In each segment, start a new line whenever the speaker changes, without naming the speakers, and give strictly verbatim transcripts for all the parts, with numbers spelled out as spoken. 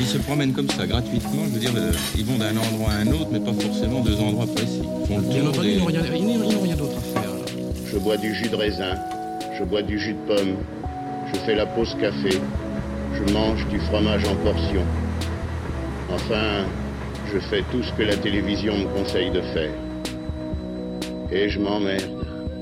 ils se promènent comme ça, gratuitement. Je veux dire, le, ils vont d'un endroit à un autre, mais pas forcément deux endroits précis. Ils font le
Bien
tour
entendu,
des...
ils n'ont rien, ils n'ont rien d'autre à faire.
Je bois du jus de raisin, je bois du jus de pomme, je fais la pause café, je mange du fromage en portions. Enfin, je fais tout ce que la télévision me conseille de faire. Et je m'emmerde.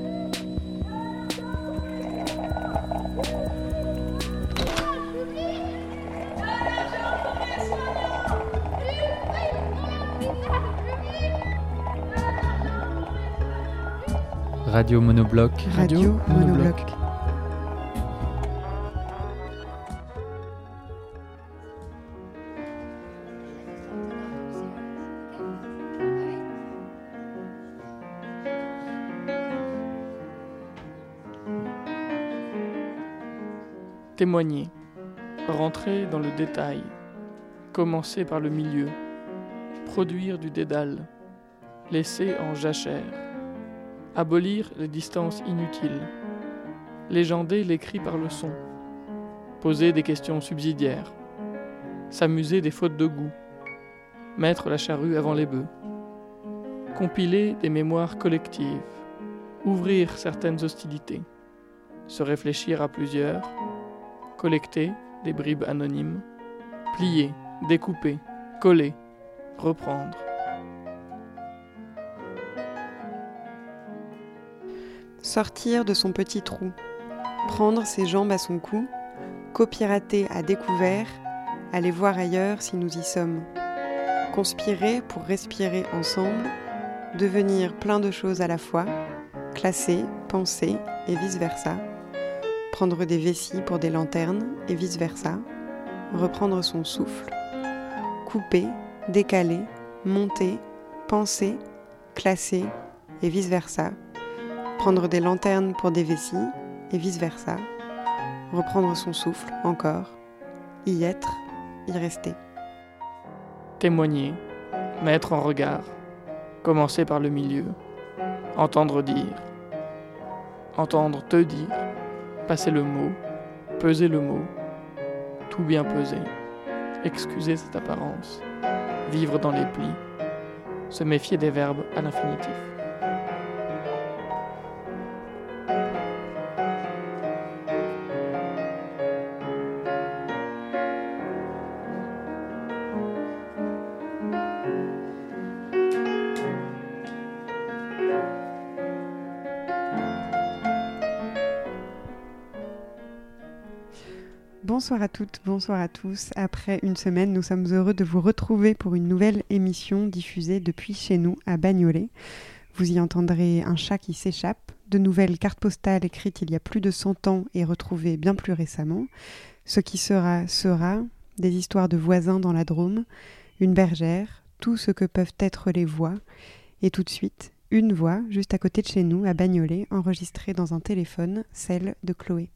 Radio Monobloc.
Radio Monobloc.
Témoigner, rentrer dans le détail, commencer par le milieu, produire du dédale, laisser en jachère, abolir les distances inutiles, légender l'écrit par le son, poser des questions subsidiaires, s'amuser des fautes de goût, mettre la charrue avant les bœufs, compiler des mémoires collectives, ouvrir certaines hostilités, se réfléchir à plusieurs, collecter des bribes anonymes, plier, découper, coller, reprendre.
Sortir de son petit trou, prendre ses jambes à son cou, copirater à découvert, aller voir ailleurs si nous y sommes, conspirer pour respirer ensemble, devenir plein de choses à la fois, classer, penser et vice-versa, prendre des vessies pour des lanternes et vice-versa, reprendre son souffle, couper, décaler, monter, penser, classer et vice-versa, prendre des lanternes pour des vessies et vice-versa, reprendre son souffle encore, y être, y rester.
Témoigner, mettre en regard, commencer par le milieu, entendre dire, entendre te dire, passer le mot, peser le mot, tout bien peser, excuser cette apparence, vivre dans les plis, se méfier des verbes à l'infinitif.
Bonsoir à toutes, bonsoir à tous. Après une semaine, nous sommes heureux de vous retrouver pour une nouvelle émission diffusée depuis chez nous à Bagnolet. Vous y entendrez un chat qui s'échappe, de nouvelles cartes postales écrites il y a plus de cent ans et retrouvées bien plus récemment. Ce qui sera, sera, des histoires de voisins dans la Drôme, une bergère, tout ce que peuvent être les voix. Et tout de suite, une voix juste à côté de chez nous à Bagnolet, enregistrée dans un téléphone, celle de Chloé.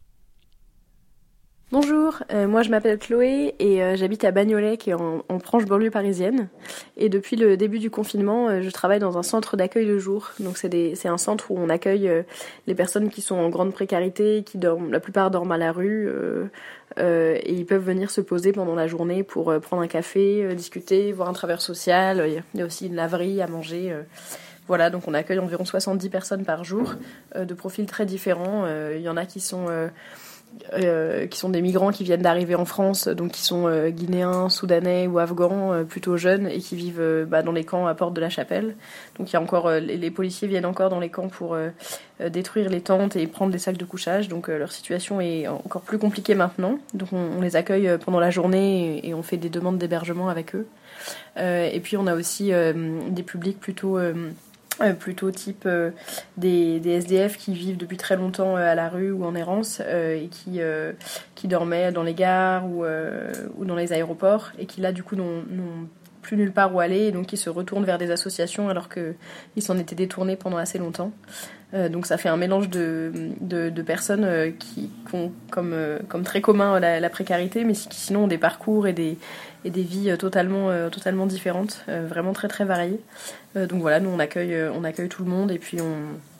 Bonjour, euh, moi je m'appelle Chloé et euh, j'habite à Bagnolet qui est en, en proche banlieue parisienne. Et depuis le début du confinement, euh, je travaille dans un centre d'accueil de jour. Donc c'est, des, c'est un centre où on accueille euh, les personnes qui sont en grande précarité, qui dorment, la plupart dorment à la rue euh, euh, et ils peuvent venir se poser pendant la journée pour euh, prendre un café, euh, discuter, voir un travailleur social. Il y a aussi une laverie à manger. Euh, Voilà, donc on accueille environ soixante-dix personnes par jour, euh, de profils très différents. Euh, il y en a qui sont... Euh, Euh, qui sont des migrants qui viennent d'arriver en France, donc qui sont euh, guinéens, soudanais ou afghans, euh, plutôt jeunes et qui vivent euh, bah, dans les camps à Porte de la Chapelle. Donc il y a encore euh, les, les policiers viennent encore dans les camps pour euh, euh, détruire les tentes et prendre les sacs de couchage. Donc euh, leur situation est encore plus compliquée maintenant. Donc on, on les accueille pendant la journée et, et on fait des demandes d'hébergement avec eux. Euh, et puis on a aussi euh, des publics plutôt euh, Euh, plutôt type euh, des, des S D F qui vivent depuis très longtemps euh, à la rue ou en errance euh, et qui, euh, qui dormaient dans les gares ou, euh, ou dans les aéroports et qui là du coup n'ont, n'ont plus nulle part où aller et donc qui se retournent vers des associations alors qu'ils s'en étaient détournés pendant assez longtemps. Euh, donc ça fait un mélange de, de, de personnes euh, qui, qui ont comme, euh, comme très commun la, la précarité mais qui sinon ont des parcours et des, et des vies totalement, euh, totalement différentes, euh, vraiment très très variées. Euh, donc voilà, nous on accueille, on accueille tout le monde et puis on,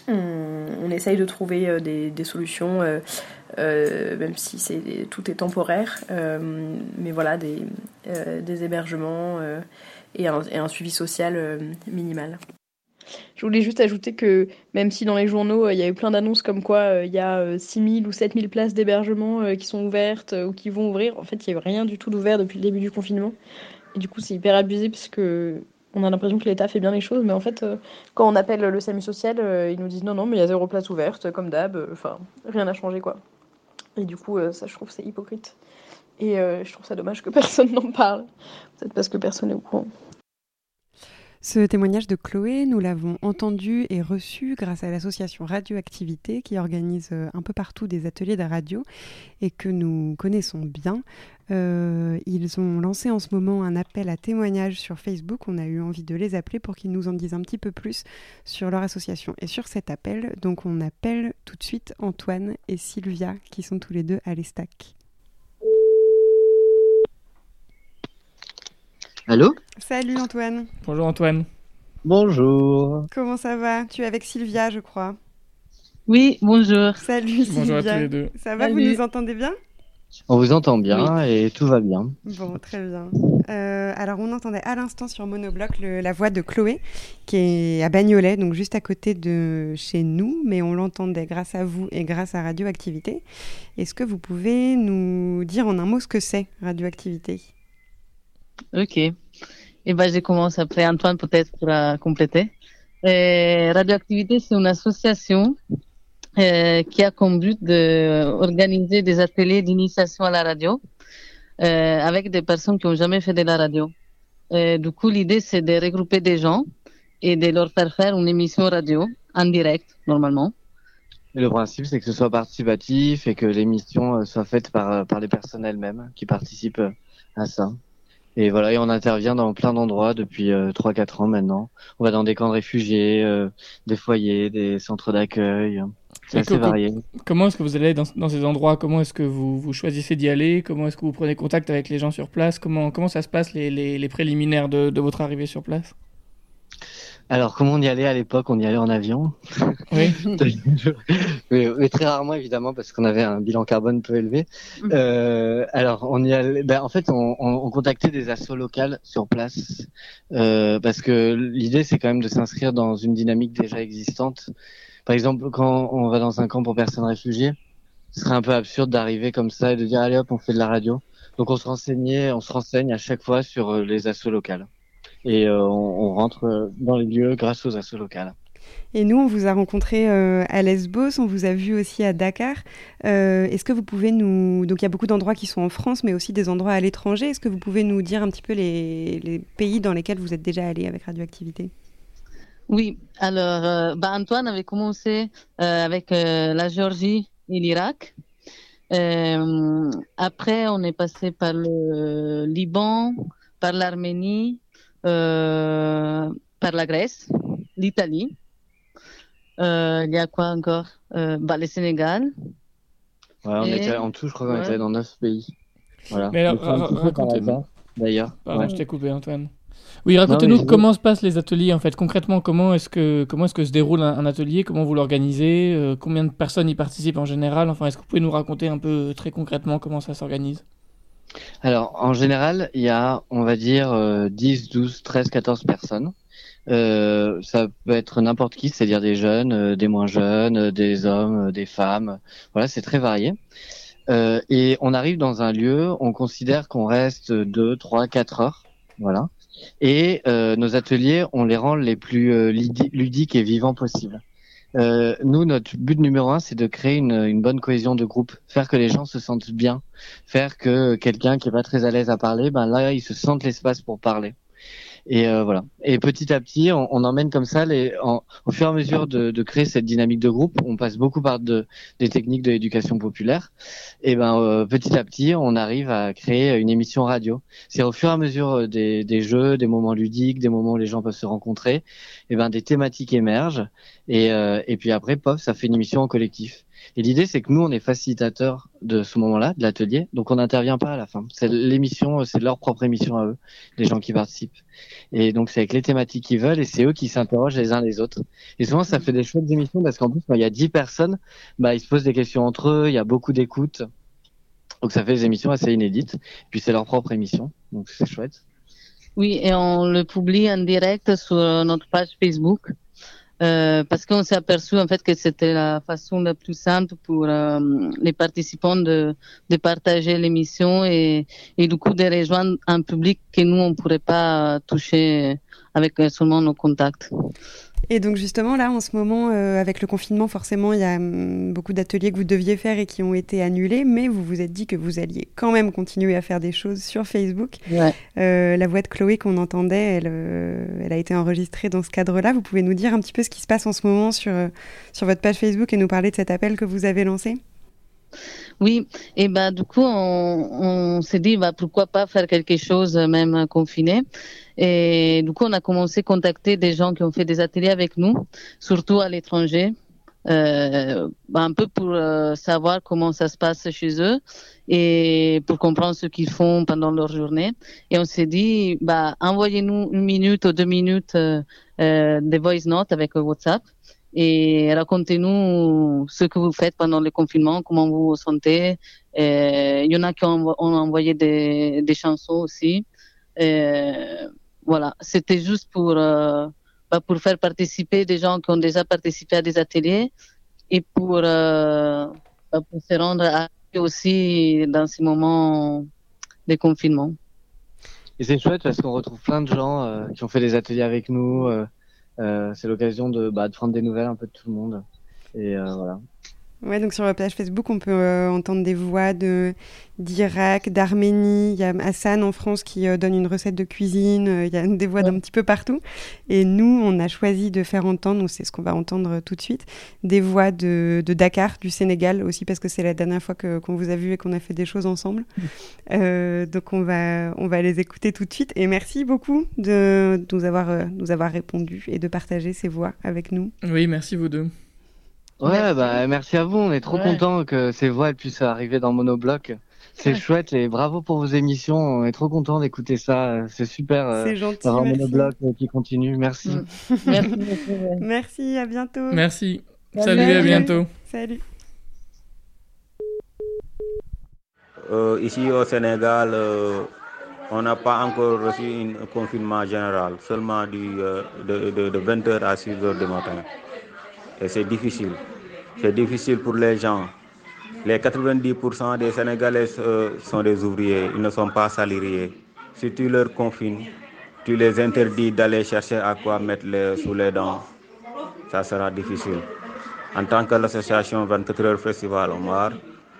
on, on essaye de trouver euh, des, des solutions, euh, euh, même si c'est, tout est temporaire, euh, mais voilà, des, euh, des hébergements euh, et, un, et un suivi social euh, minimal. Je voulais juste ajouter que même si dans les journaux, il y a eu plein d'annonces comme quoi il y a six mille ou sept mille places d'hébergement qui sont ouvertes ou qui vont ouvrir, en fait, il n'y a eu rien du tout d'ouvert depuis le début du confinement. Et du coup, c'est hyper abusé parce que on a l'impression que l'État fait bien les choses, mais en fait, quand on appelle le SAMU social, ils nous disent non, non, mais il y a zéro place ouverte, comme d'hab, enfin, rien n'a changé, quoi. Et du coup, ça, je trouve, c'est hypocrite. Et euh, je trouve ça dommage que personne n'en parle. Peut-être parce que personne n'est au courant.
Ce témoignage de Chloé, nous l'avons entendu et reçu grâce à l'association Radioactivité qui organise un peu partout des ateliers de radio et que nous connaissons bien. Euh, ils ont lancé en ce moment un appel à témoignages sur Facebook. On a eu envie de les appeler pour qu'ils nous en disent un petit peu plus sur leur association et sur cet appel. Donc on appelle tout de suite Antoine et Sylvia qui sont tous les deux à l'Estac.
Allô ?
Salut Antoine.
Bonjour Antoine.
Bonjour.
Comment ça va ? Tu es avec Sylvia, je crois.
Oui, bonjour.
Salut Sylvia.
Bonjour à tous les deux.
Ça va,
Salut.
vous nous entendez bien ?
On vous entend bien oui. Et tout va bien.
Bon, très bien. Euh, alors, on entendait à l'instant sur Monobloc le, la voix de Chloé, qui est à Bagnolet, donc juste à côté de chez nous, mais on l'entendait grâce à vous et grâce à Radioactivité. Est-ce que vous pouvez nous dire en un mot ce que c'est, Radioactivité ?
Ok. Et eh ben, je commence après Antoine peut-être pourra compléter. Euh, Radioactivité, c'est une association euh, qui a comme but d'organiser des ateliers d'initiation à la radio euh, avec des personnes qui n'ont jamais fait de la radio. Euh, du coup, l'idée, c'est de regrouper des gens et de leur faire faire une émission radio en direct, normalement.
Et le principe, c'est que ce soit participatif et que l'émission soit faite par, par les personnes elles-mêmes qui participent à ça. Et voilà, et on intervient dans plein d'endroits depuis euh, trois quatre ans maintenant. On va dans des camps de réfugiés, euh, des foyers, des centres d'accueil. C'est assez varié.
Comment est-ce que vous allez dans, dans ces endroits ? Comment est-ce que vous, vous choisissez d'y aller ? Comment est-ce que vous prenez contact avec les gens sur place ? Comment, comment ça se passe, les, les, les préliminaires de, de votre arrivée sur place ?
Alors, comment on y allait à l'époque ? On y allait en avion.
Oui.
mais, mais très rarement, évidemment, parce qu'on avait un bilan carbone peu élevé. Mmh. Euh, alors, on y allait. Ben, en fait, on, on, on contactait des assos locales sur place, euh, parce que l'idée, c'est quand même de s'inscrire dans une dynamique déjà existante. Par exemple, quand on va dans un camp pour personnes réfugiées, ce serait un peu absurde d'arriver comme ça et de dire allez hop, on fait de la radio. Donc, on se renseignait, on se renseigne à chaque fois sur les assos locales. Et euh, on, on rentre dans les lieux grâce aux assos locales.
Et nous, on vous a rencontré euh, à Lesbos, on vous a vu aussi à Dakar. Euh, est-ce que vous pouvez nous... Donc il y a beaucoup d'endroits qui sont en France, mais aussi des endroits à l'étranger. Est-ce que vous pouvez nous dire un petit peu les, les pays dans lesquels vous êtes déjà allés avec Radioactivité ?
Oui, alors euh, bah Antoine avait commencé euh, avec euh, la Géorgie et l'Irak. Euh, après, on est passé par le Liban, par l'Arménie, Euh, par la Grèce, l'Italie. Euh, il y a quoi encore euh, bah, le Sénégal.
Ouais, on
et...
était, en tout, je crois qu'on ouais. était dans neuf pays. Voilà.
Mais alors, ra- racontez-moi.
D'ailleurs.
Pardon,
ouais.
je t'ai coupé, Antoine. Oui, racontez-nous non, comment je... se passent les ateliers, en fait. Concrètement, comment est-ce que, comment est-ce que se déroule un, un atelier ? Comment vous l'organisez ? euh, Combien de personnes y participent en général ? Enfin, est-ce que vous pouvez nous raconter un peu, très concrètement, comment ça s'organise ?
Alors, en général, il y a, on va dire, euh, dix, douze, treize, quatorze personnes. Euh, ça peut être n'importe qui, c'est-à-dire des jeunes, euh, des moins jeunes, euh, des hommes, euh, des femmes. Voilà, c'est très varié. Euh, et on arrive dans un lieu, on considère qu'on reste deux, trois, quatre heures. Voilà. Et euh, nos ateliers, on les rend les plus euh, ludiques et vivants possibles. Euh, nous, notre but numéro un, c'est de créer une, une bonne cohésion de groupe, faire que les gens se sentent bien, faire que quelqu'un qui est pas très à l'aise à parler, ben là, il se sente l'espace pour parler. Et euh, voilà. Et petit à petit, on, on emmène comme ça, les, en, au fur et à mesure de, de créer cette dynamique de groupe, on passe beaucoup par de, des techniques de l'éducation populaire. Et ben euh, petit à petit, on arrive à créer une émission radio. C'est au fur et à mesure des, des jeux, des moments ludiques, des moments où les gens peuvent se rencontrer. Et ben des thématiques émergent. Et, euh, et puis après, pof, ça fait une émission en collectif. Et l'idée, c'est que nous, on est facilitateurs de ce moment-là, de l'atelier, donc on n'intervient pas à la fin. C'est l'émission, c'est leur propre émission à eux, les gens qui participent. Et donc c'est avec les thématiques qu'ils veulent et c'est eux qui s'interrogent les uns les autres. Et souvent, ça fait des chouettes émissions parce qu'en plus, quand il y a dix personnes, bah ils se posent des questions entre eux, il y a beaucoup d'écoute. Donc ça fait des émissions assez inédites. Puis c'est leur propre émission, donc c'est chouette.
Oui, et on le publie en direct sur notre page Facebook. Euh, parce qu'on s'est aperçu en fait que c'était la façon la plus simple pour euh, les participants de, de partager l'émission et, et du coup de rejoindre un public que nous on pourrait pas toucher avec seulement nos contacts.
Et donc justement là en ce moment euh, avec le confinement forcément il y a hum, beaucoup d'ateliers que vous deviez faire et qui ont été annulés, mais vous vous êtes dit que vous alliez quand même continuer à faire des choses sur Facebook.
Ouais.
Euh, la voix de Chloé qu'on entendait, elle, euh, elle a été enregistrée dans ce cadre-là. Vous pouvez nous dire un petit peu ce qui se passe en ce moment sur, euh, sur votre page Facebook et nous parler de cet appel que vous avez lancé ?
Oui, et ben du coup on, on s'est dit bah pourquoi pas faire quelque chose même confiné. Et du coup on a commencé à contacter des gens qui ont fait des ateliers avec nous, surtout à l'étranger, euh, bah, un peu pour euh, savoir comment ça se passe chez eux et pour comprendre ce qu'ils font pendant leur journée. Et on s'est dit bah envoyez-nous une minute ou deux minutes euh, euh, des voice notes avec WhatsApp. Et racontez-nous ce que vous faites pendant le confinement, comment vous vous sentez. Il y en a qui ont, ont envoyé des, des chansons aussi. Et voilà, c'était juste pour, euh, bah pour faire participer des gens qui ont déjà participé à des ateliers et pour, euh, bah pour se rendre à aussi dans ces moments de confinement.
Et c'est chouette parce qu'on retrouve plein de gens euh, qui ont fait des ateliers avec nous. Euh... Euh, c'est l'occasion de, bah, de prendre des nouvelles un peu de tout le monde. Et euh, voilà.
Ouais, donc sur la page Facebook, on peut euh, entendre des voix de, d'Irak, d'Arménie. Il y a Hassan en France qui euh, donne une recette de cuisine. Euh, il y a des voix ouais. d'un petit peu partout. Et nous, on a choisi de faire entendre, c'est ce qu'on va entendre tout de suite, des voix de, de Dakar, du Sénégal, aussi parce que c'est la dernière fois que, qu'on vous a vu et qu'on a fait des choses ensemble. Euh, donc on va, on va les écouter tout de suite. Et merci beaucoup de, de nous, avoir, euh, nous avoir répondu et de partager ces voix avec nous.
Oui, merci vous deux.
Ouais, merci. Bah merci à vous. On est trop ouais. contents que ces voix elles puissent arriver dans Monobloc. C'est ouais. chouette et bravo pour vos émissions. On est trop contents d'écouter ça. C'est super.
C'est euh, gentil.
D'avoir
merci.
Monobloc qui continue. Merci.
Mmh. Merci. Ouais.
Merci. À bientôt.
Merci. Salut, Salut. À bientôt.
Salut.
Euh, ici au Sénégal, euh, on n'a pas encore reçu un confinement général, seulement du, euh, de, de, de vingt heures à six heures du matin. Et c'est difficile. C'est difficile pour les gens. Les quatre-vingt-dix pour cent des Sénégalais euh, sont des ouvriers, ils ne sont pas salariés. Si tu leur confines, tu les interdis d'aller chercher à quoi mettre les, sous les dents, ça sera difficile. En tant que l'association vingt-quatre heures Festival Omar,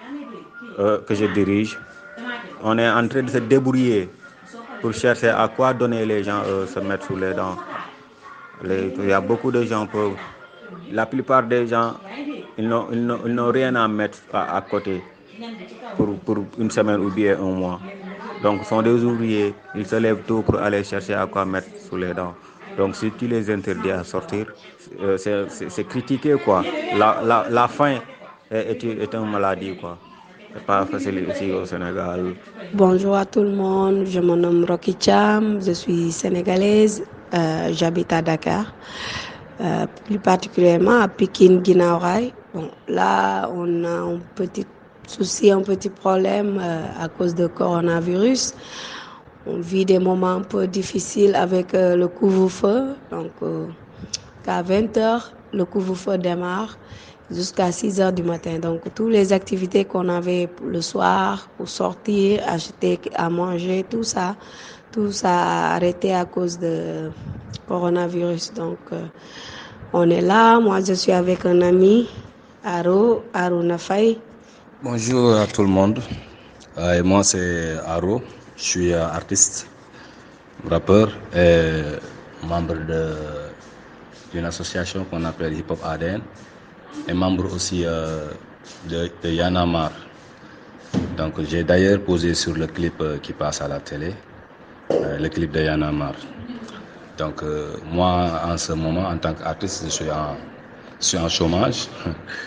euh, que je dirige, on est en train de se débrouiller pour chercher à quoi donner les gens euh, se mettre sous les dents. Les, il y a beaucoup de gens pauvres. La plupart des gens, ils n'ont, ils n'ont, ils n'ont rien à mettre à, à côté pour, pour une semaine ou bien un mois. Donc, ce sont des ouvriers, ils se lèvent tôt pour aller chercher à quoi mettre sous les dents. Donc, si tu les interdis à sortir, euh, c'est, c'est, c'est critiqué, quoi. La, la, la faim est, est, est une maladie, quoi. C'est pas facile ici au Sénégal.
Bonjour à tout le monde, je me nomme Rocky Cham, je suis sénégalaise, euh, j'habite à Dakar. Euh, plus particulièrement à Pikine, Guinaw Rail. Bon, là, on a un petit souci, un petit problème euh, à cause de coronavirus. On vit des moments un peu difficiles avec euh, le couvre-feu. Donc, euh, qu'à vingt heures, le couvre-feu démarre jusqu'à six heures du matin. Donc, toutes les activités qu'on avait le soir pour sortir, acheter à manger, tout ça, tout ça a arrêté à cause de coronavirus. Donc, euh, on est là. Moi, je suis avec un ami, Aro, Aro Nafay.
Bonjour à tout le monde. Euh, et moi, c'est Aro. Je suis euh, artiste, rappeur et membre de, d'une association qu'on appelle Hip Hop A D N et membre aussi euh, de, de Y'en a marre. Donc, j'ai d'ailleurs posé sur le clip euh, qui passe à la télé, euh, le clip de Y'en a marre. Donc, euh, moi, en ce moment, en tant qu'artiste, je suis en, je suis en chômage.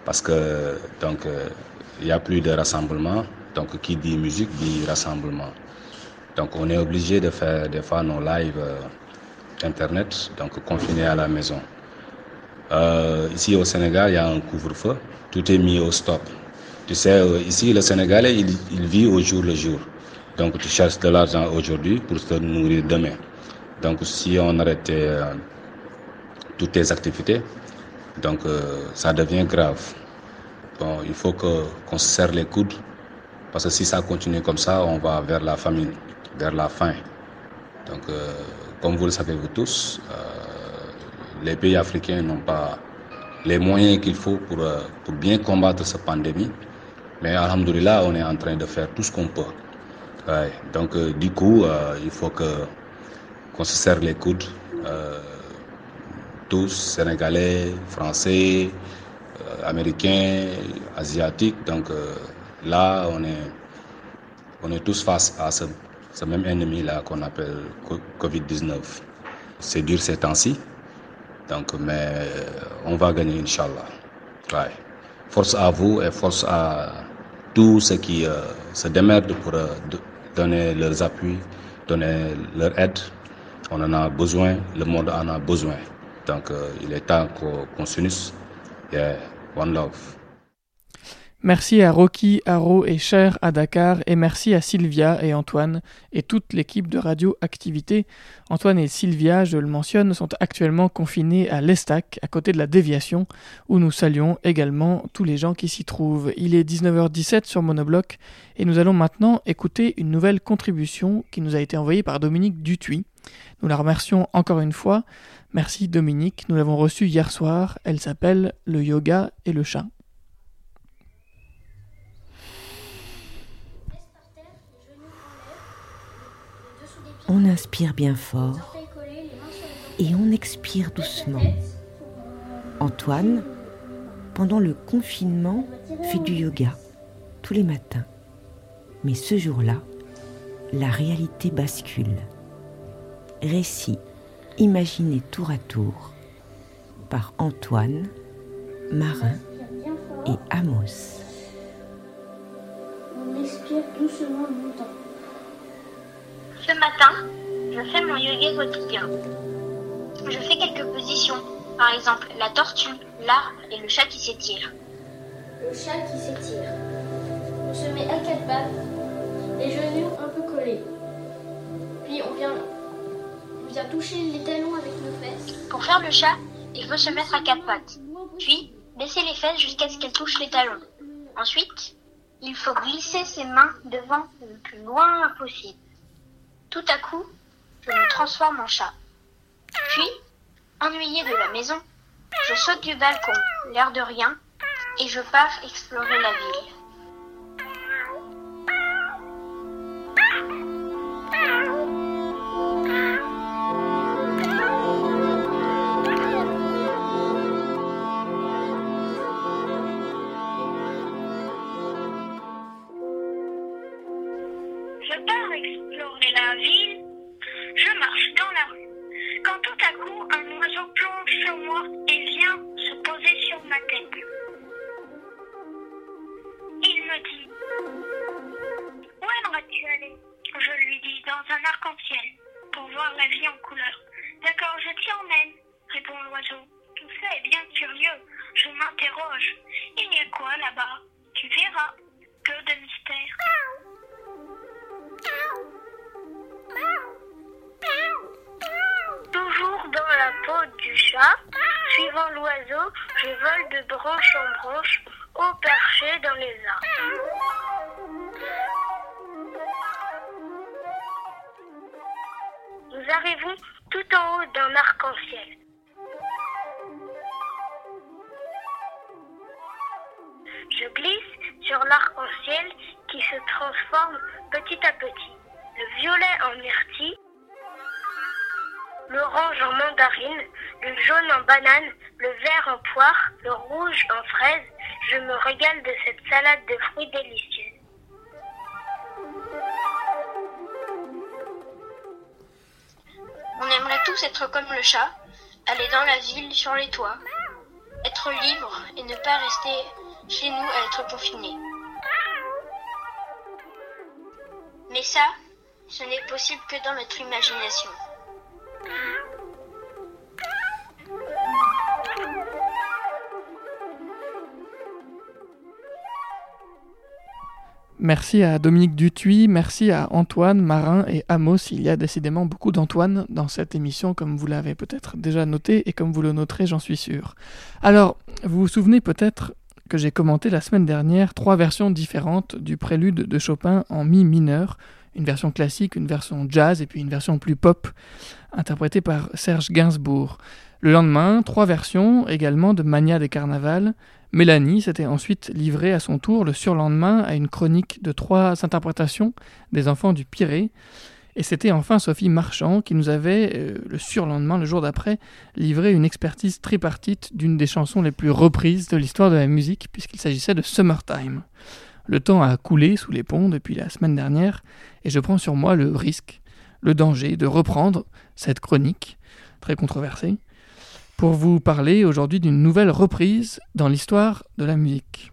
parce que donc euh, il n'y a plus de rassemblement. Donc qui dit musique dit rassemblement. Donc on est obligé de faire des fois nos lives euh, internet, donc confinés à la maison. Euh, ici au Sénégal, il y a un couvre-feu, tout est mis au stop. Tu sais, euh, ici le Sénégalais, il, il vit au jour le jour. Donc tu cherches de l'argent aujourd'hui pour se nourrir demain. Donc si on arrêtait euh, toutes tes activités, donc euh, ça devient grave. Bon, il faut que, qu'on se serre les coudes, parce que si ça continue comme ça, on va vers la famine, vers la faim. Donc, euh, comme vous le savez vous tous, euh, les pays africains n'ont pas les moyens qu'il faut pour, euh, pour bien combattre cette pandémie. Mais alhamdoulilah, on est en train de faire tout ce qu'on peut. Ouais, donc, euh, du coup, euh, il faut que, qu'on se serre les coudes. Euh, tous, Sénégalais, Français, euh, Américains, Asiatiques. Donc euh, là, on est, on est tous face à ce, ce même ennemi-là qu'on appelle covid dix-neuf. C'est dur ces temps-ci, donc, mais on va gagner, Inch'Allah. Ouais. Force à vous et force à tous ceux qui euh, se démerdent pour euh, donner leurs appuis, donner leur aide. On en a besoin, le monde en a besoin. Donc, euh, il est temps qu'on, qu'on s'unisse. Yeah, one love.
Merci à Rocky, Haro et Cher à Dakar, et merci à Sylvia et Antoine et toute l'équipe de Radio Activité. Antoine et Sylvia, je le mentionne, sont actuellement confinés à l'Estac, à côté de la Déviation, où nous saluons également tous les gens qui s'y trouvent. Il est dix-neuf heures dix-sept sur Monobloc, et nous allons maintenant écouter une nouvelle contribution qui nous a été envoyée par Dominique Dutuy. Nous la remercions encore une fois. Merci Dominique, nous l'avons reçue hier soir. Elle s'appelle « Le yoga et le chat ».
On inspire bien fort et on expire doucement. Antoine, pendant le confinement, fait du yoga tous les matins. Mais ce jour-là, la réalité bascule. Récit imaginé tour à tour par Antoine, Marin et Amos.
On expire doucement longtemps.
Ce matin, je fais mon yoga quotidien. Je fais quelques positions, par exemple la tortue, l'arbre et le chat qui s'étire.
Le chat qui s'étire. On se met à quatre pattes, les genoux un peu collés. Puis on vient, on vient toucher les talons avec nos fesses.
Pour faire le chat, il faut se mettre à quatre pattes, puis baisser les fesses jusqu'à ce qu'elles touchent les talons. Ensuite, il faut glisser ses mains devant le plus loin possible. Tout à coup, je me transforme en chat. Puis, ennuyé de la maison, je saute du balcon, l'air de rien, et je pars explorer la ville. Je pars explorer la ville, je marche dans la rue, quand tout à coup un oiseau plonge sur moi et vient se poser sur ma tête. Il me dit « Où aimerais-tu aller ?» Je lui dis « Dans un arc-en-ciel, pour voir la vie en couleur. »« D'accord, je t'y emmène, » répond l'oiseau. Tout ça est bien curieux, je m'interroge. « Il y a quoi là-bas ?»« Tu verras, que de mystère. » Toujours dans la peau du chat, suivant l'oiseau, je vole de branche en branche, au perché dans les arbres. Nous arrivons tout en haut d'un arc-en-ciel. Je glisse sur l'arc-en-ciel qui se transforme petit à petit. Le violet en myrtille, l'orange en mandarine, le jaune en banane, le vert en poire, le rouge en fraise. Je me régale de cette salade de fruits délicieuse. On aimerait tous être comme le chat, aller dans la ville, sur les toits. être libre et ne pas rester chez nous à être confiné. Mais ça, ce n'est possible que dans notre imagination.
Merci à Dominique Dutuit, merci à Antoine, Marin et Amos. Il y a décidément beaucoup d'Antoine dans cette émission, comme vous l'avez peut-être déjà noté et comme vous le noterez, j'en suis sûr. Alors, vous vous souvenez peut-être que j'ai commenté la semaine dernière trois versions différentes du prélude de Chopin en mi mineur, une version classique, une version jazz et puis une version plus pop, interprétée par Serge Gainsbourg. Le lendemain, trois versions également de Mania des Carnavals. Mélanie s'était ensuite livrée à son tour le surlendemain à une chronique de trois interprétations des Enfants du Pirée. Et c'était enfin Sophie Marchand qui nous avait, euh, le surlendemain, le jour d'après, livré une expertise tripartite d'une des chansons les plus reprises de l'histoire de la musique, puisqu'il s'agissait de Summertime. Le temps a coulé sous les ponts depuis la semaine dernière, et je prends sur moi le risque, le danger de reprendre cette chronique, très controversée, pour vous parler aujourd'hui d'une nouvelle reprise dans l'histoire de la musique.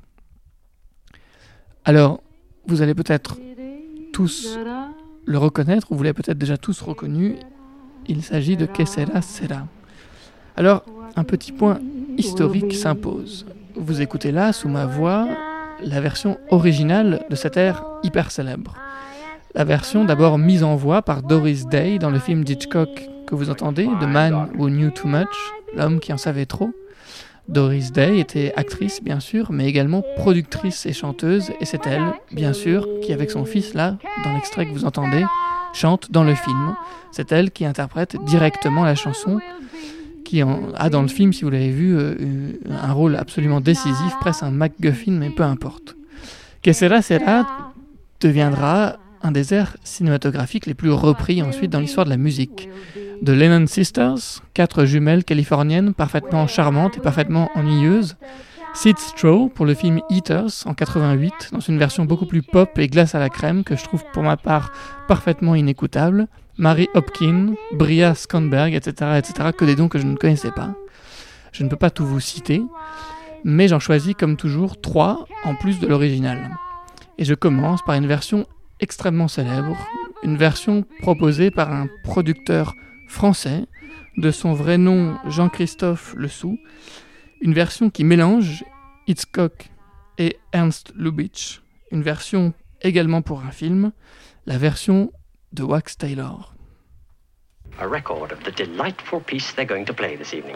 Alors, vous allez peut-être tous le reconnaître, ou vous l'avez peut-être déjà tous reconnu, il s'agit de Que Sera Sera. Alors, un petit point historique s'impose. Vous écoutez là, sous ma voix, la version originale de cet air hyper célèbre. La version d'abord mise en voix par Doris Day dans le film d'Hitchcock que vous entendez, The Man Who Knew Too Much, l'homme qui en savait trop. Doris Day était actrice, bien sûr, mais également productrice et chanteuse, et c'est elle, bien sûr, qui, avec son fils, là, dans l'extrait que vous entendez, chante dans le film. C'est elle qui interprète directement la chanson, qui en a dans le film, si vous l'avez vu, euh, un rôle absolument décisif, presque un MacGuffin, mais peu importe. Que Sera Sera deviendra un des airs cinématographiques les plus repris ensuite dans l'histoire de la musique. The Lennon Sisters, quatre jumelles californiennes parfaitement charmantes et parfaitement ennuyeuses. Sid Straw pour le film Eaters en quatre-vingt-huit, dans une version beaucoup plus pop et glace à la crème que je trouve pour ma part parfaitement inécoutable. Mary Hopkin, Bria Skanberg, et cetera, et cetera, que des noms que je ne connaissais pas. Je ne peux pas tout vous citer, mais j'en choisis comme toujours trois en plus de l'original. Et je commence par une version extrêmement célèbre, une version proposée par un producteur français, de son vrai nom Jean-Christophe Lesoux, une version qui mélange Hitchcock et Ernst Lubitsch, une version également pour un film, la version de Wax Taylor.
A record of the delightful piece they're going to play this evening.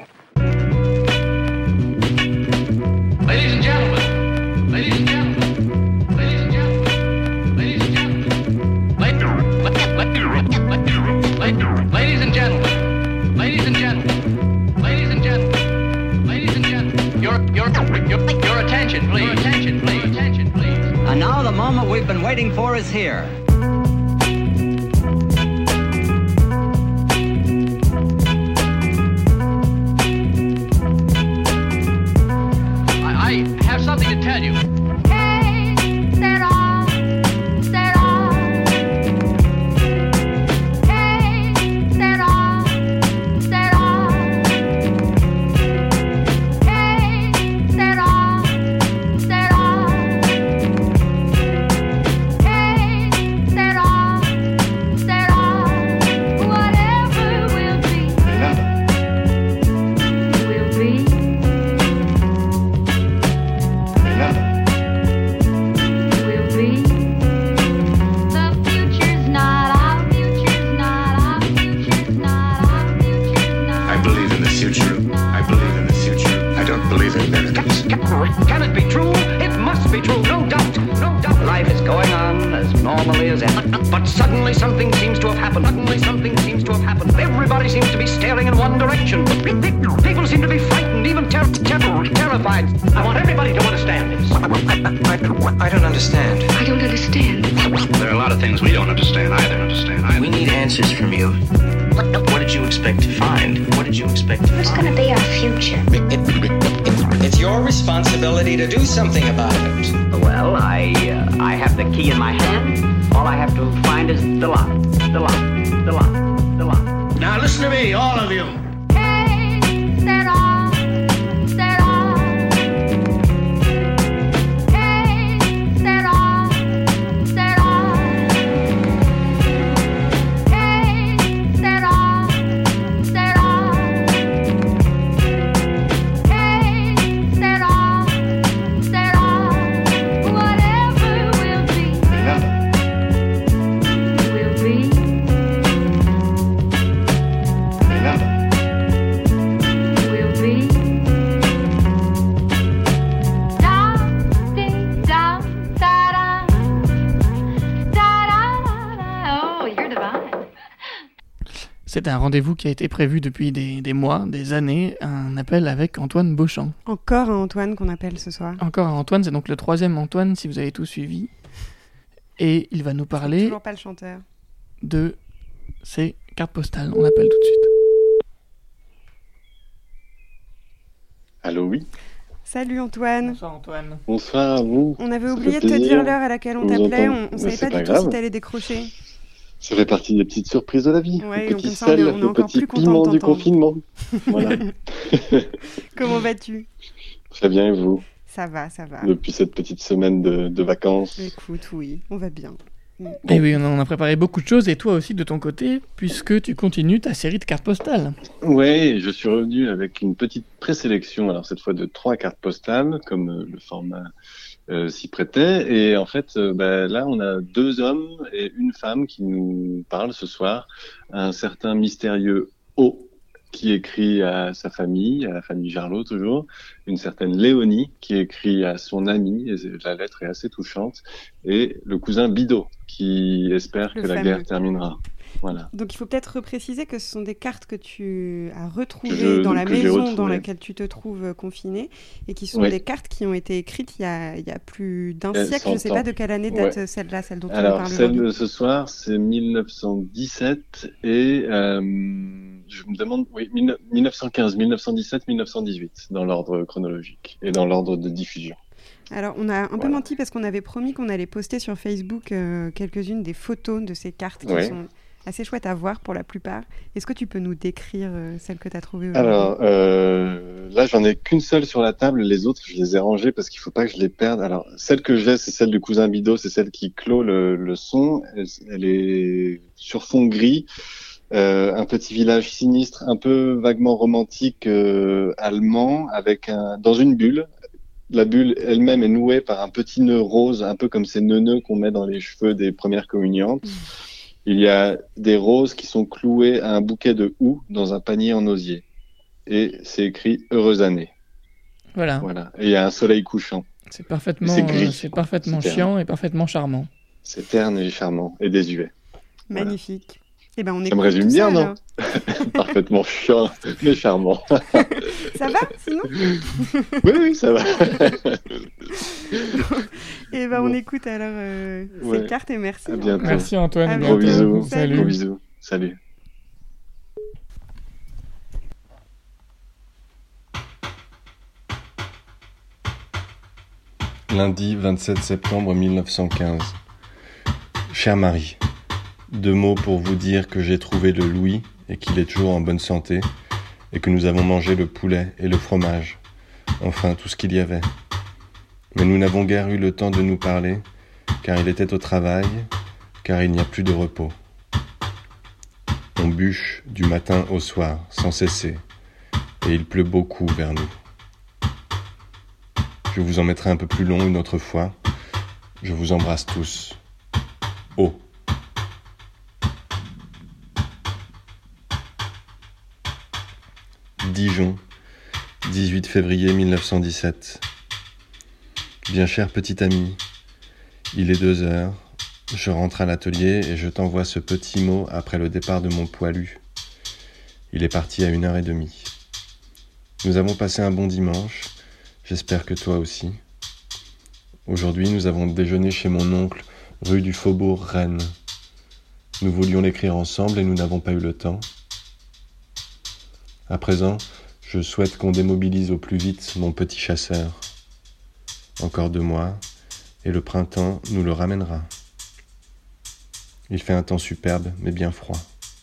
Ladies and gentlemen, ladies and gentlemen. Ladies and gentlemen, ladies and gentlemen, ladies and gentlemen, ladies and gentlemen, your, your, your, your attention, please, your attention, please, attention, please.
And now the moment we've been waiting for is here.
I, I have something to tell you. Can it be true? It must be true, no doubt, no doubt.
Life is going on as normally as ever.
But suddenly something seems to have happened. Suddenly something seems to have happened. Everybody seems to be staring in one direction. People seem to be frightened, even ter- ter- terrified. I want everybody to understand this.
I, I, I don't understand.
I don't understand.
There are a lot of things we don't understand either. Understand either.
We need answers from you. What, what did you expect to find? What did you expect to
What's
find?
gonna be our future?
It, it, it, it's your responsibility to do something about it.
Well, I uh, I have the key in my hand. All I have to find is the lock. The lock. The lock. The lock.
Now listen to me, all of you.
Hey, set off, set off.
C'est un rendez-vous qui a été prévu depuis des, des mois, des années, un appel avec Antoine Beauchamp.
Encore un Antoine qu'on appelle ce soir.
Encore un Antoine, c'est donc le troisième Antoine, si vous avez tout suivi. Et il va nous parler...
Toujours pas le chanteur.
...de ses cartes postales. On l'appelle tout de suite.
Allô, oui.
Salut Antoine.
Bonsoir Antoine.
Bonsoir à vous.
On avait oublié de te dire l'heure à laquelle on t'appelait, on, on savait pas, pas du
grave.
tout si t'allais décrocher.
Ça fait partie des petites surprises de la vie.
Ouais,
le petit
ça,
sel,
on est, on est
le
encore
petit
plus
piment du confinement. Voilà.
Comment vas-tu?
Très bien, et vous?
Ça va, ça va.
Depuis cette petite semaine de, de vacances.
Écoute, oui, on va bien.
Et oui, on a préparé beaucoup de choses, et toi aussi de ton côté, puisque tu continues ta série de cartes postales.
Oui, je suis revenu avec une petite présélection, alors cette fois de trois cartes postales, comme euh, le format euh, s'y prêtait. Et en fait, euh, bah, là, on a deux hommes et une femme qui nous parlent ce soir. Un certain mystérieux O, qui écrit à sa famille, à la famille Jarlot toujours, une certaine Léonie qui écrit à son ami, et la lettre est assez touchante, et le cousin Bidot qui espère le que fameux. La guerre terminera. Voilà.
Donc il faut peut-être repréciser que ce sont des cartes que tu as retrouvées
je,
dans la maison
retrouvé.
dans laquelle tu te trouves confiné, et qui sont
oui.
des cartes qui ont été écrites il y a, il y a plus d'un
Et
siècle. Je ne sais pas de quelle année date ouais. celle-là, celle dont
Alors,
on parle
celle
aujourd'hui.
de ce soir, c'est mille neuf cent dix-sept et euh, je me demande, oui, mille neuf cent quinze, mille neuf cent dix-sept, mille neuf cent dix-huit dans l'ordre chronologique et dans l'ordre de diffusion.
Alors, on a un peu
voilà.
menti parce qu'on avait promis qu'on allait poster sur Facebook euh, quelques-unes des photos de ces cartes qui
ouais.
sont assez chouettes à voir pour la plupart. Est-ce que tu peux nous décrire euh, celles que tu as trouvées aujourd'hui?
Alors, euh, là, j'en ai qu'une seule sur la table. Les autres, je les ai rangées parce qu'il ne faut pas que je les perde. Alors, celle que j'ai, c'est celle du cousin Bidot. C'est celle qui clôt le, le son. Elle, elle est sur fond gris. Euh, un petit village sinistre, un peu vaguement romantique euh, allemand, avec un, dans une bulle. La bulle elle-même est nouée par un petit nœud rose, un peu comme ces nœuds qu'on met dans les cheveux des premières communiantes. Mmh. Il y a des roses qui sont clouées à un bouquet de houx dans un panier en osier. Et c'est écrit « Heureuse année ».
Voilà.
Voilà. Et il y a un soleil couchant.
C'est parfaitement, c'est gris, euh, c'est parfaitement c'est chiant et parfaitement charmant.
C'est terne et charmant et désuet.
Magnifique. Voilà. Eh ben, on
ça me résume bien,
ça,
non? Parfaitement chiant, mais charmant.
Ça va, sinon?
Oui, oui, ça va.
Et ben, bon. On écoute alors euh, ouais. ces cartes et merci.
À bientôt.
Merci Antoine.
À
Gros
bientôt.
bisous. Salut. Gros bisous. Salut.
Lundi vingt-sept septembre mille neuf cent quinze. Cher Marie, deux mots pour vous dire que j'ai trouvé le Louis et qu'il est toujours en bonne santé et que nous avons mangé le poulet et le fromage, enfin tout ce qu'il y avait. Mais nous n'avons guère eu le temps de nous parler car il était au travail, car il n'y a plus de repos. On bûche du matin au soir sans cesser et il pleut beaucoup vers nous. Je vous en mettrai un peu plus long une autre fois. Je vous embrasse tous. Oh. Dijon, dix-huit février mille neuf cent dix-sept. Bien cher petit ami, il est deux heures, je rentre à l'atelier et je t'envoie ce petit mot après le départ de mon poilu. Il est parti à une heure et demie. Nous avons passé un bon dimanche, j'espère que toi aussi. Aujourd'hui, nous avons déjeuné chez mon oncle, rue du Faubourg Rennes. Nous voulions l'écrire ensemble et nous n'avons pas eu le temps. À présent, je souhaite qu'on démobilise au plus vite mon petit chasseur. Encore deux mois, et le printemps nous le ramènera. Il fait un temps superbe, mais bien froid.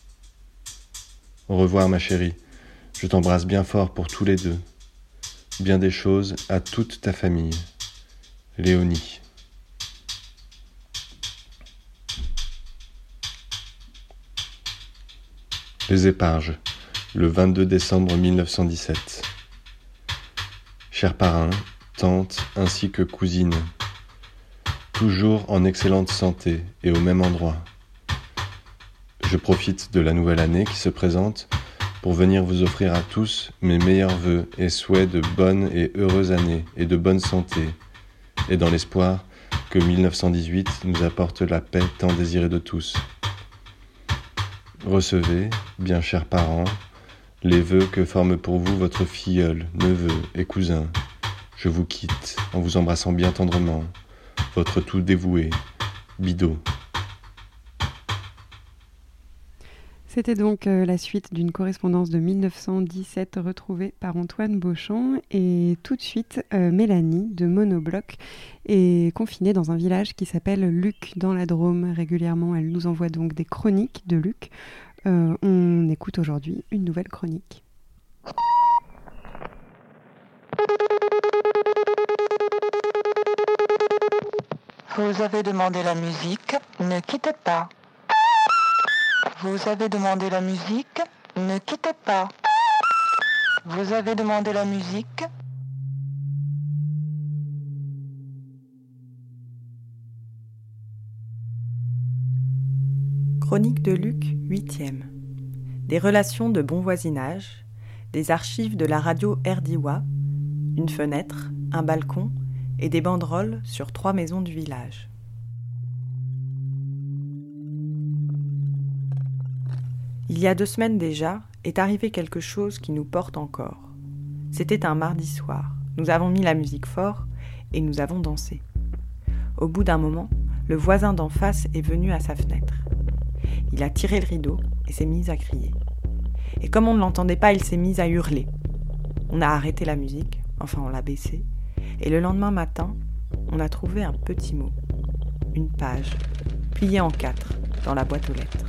Au revoir, ma chérie. Je t'embrasse bien fort pour tous les deux. Bien des choses à toute ta famille. Léonie. Les Éparges, le vingt-deux décembre mille neuf cent dix-sept. Cher parrain, tante ainsi que cousine, toujours en excellente santé et au même endroit. Je profite de la nouvelle année qui se présente pour venir vous offrir à tous mes meilleurs vœux et souhaits de bonnes et heureuses années et de bonne santé, et dans l'espoir que mille neuf cent dix-huit nous apporte la paix tant désirée de tous. Recevez, bien chers parents, les vœux que forment pour vous votre filleul, neveu et cousin. Je vous quitte en vous embrassant bien tendrement. Votre tout dévoué, Bido.
C'était donc euh, la suite d'une correspondance de mille neuf cent dix-sept retrouvée par Antoine Beauchamp. Et tout de suite, euh, Mélanie de Monobloc est confinée dans un village qui s'appelle Luc dans la Drôme. Régulièrement, elle nous envoie donc des chroniques de Luc. Euh, on écoute aujourd'hui une nouvelle chronique.
Vous avez demandé la musique, ne quittez pas. Vous avez demandé la musique, ne quittez pas. Vous avez demandé la musique.
Chronique de Luc, huitième. Des relations de bon voisinage, des archives de la radio Erdiwa, une fenêtre, un balcon et des banderoles sur trois maisons du village. Il y a deux semaines déjà, est arrivé quelque chose qui nous porte encore. C'était un mardi soir. Nous avons mis la musique fort et nous avons dansé. Au bout d'un moment, le voisin d'en face est venu à sa fenêtre. Il a tiré le rideau et s'est mis à crier. Et comme on ne l'entendait pas, il s'est mis à hurler. On a arrêté la musique, enfin on l'a baissée, et le lendemain matin, on a trouvé un petit mot, une page, pliée en quatre, dans la boîte aux lettres.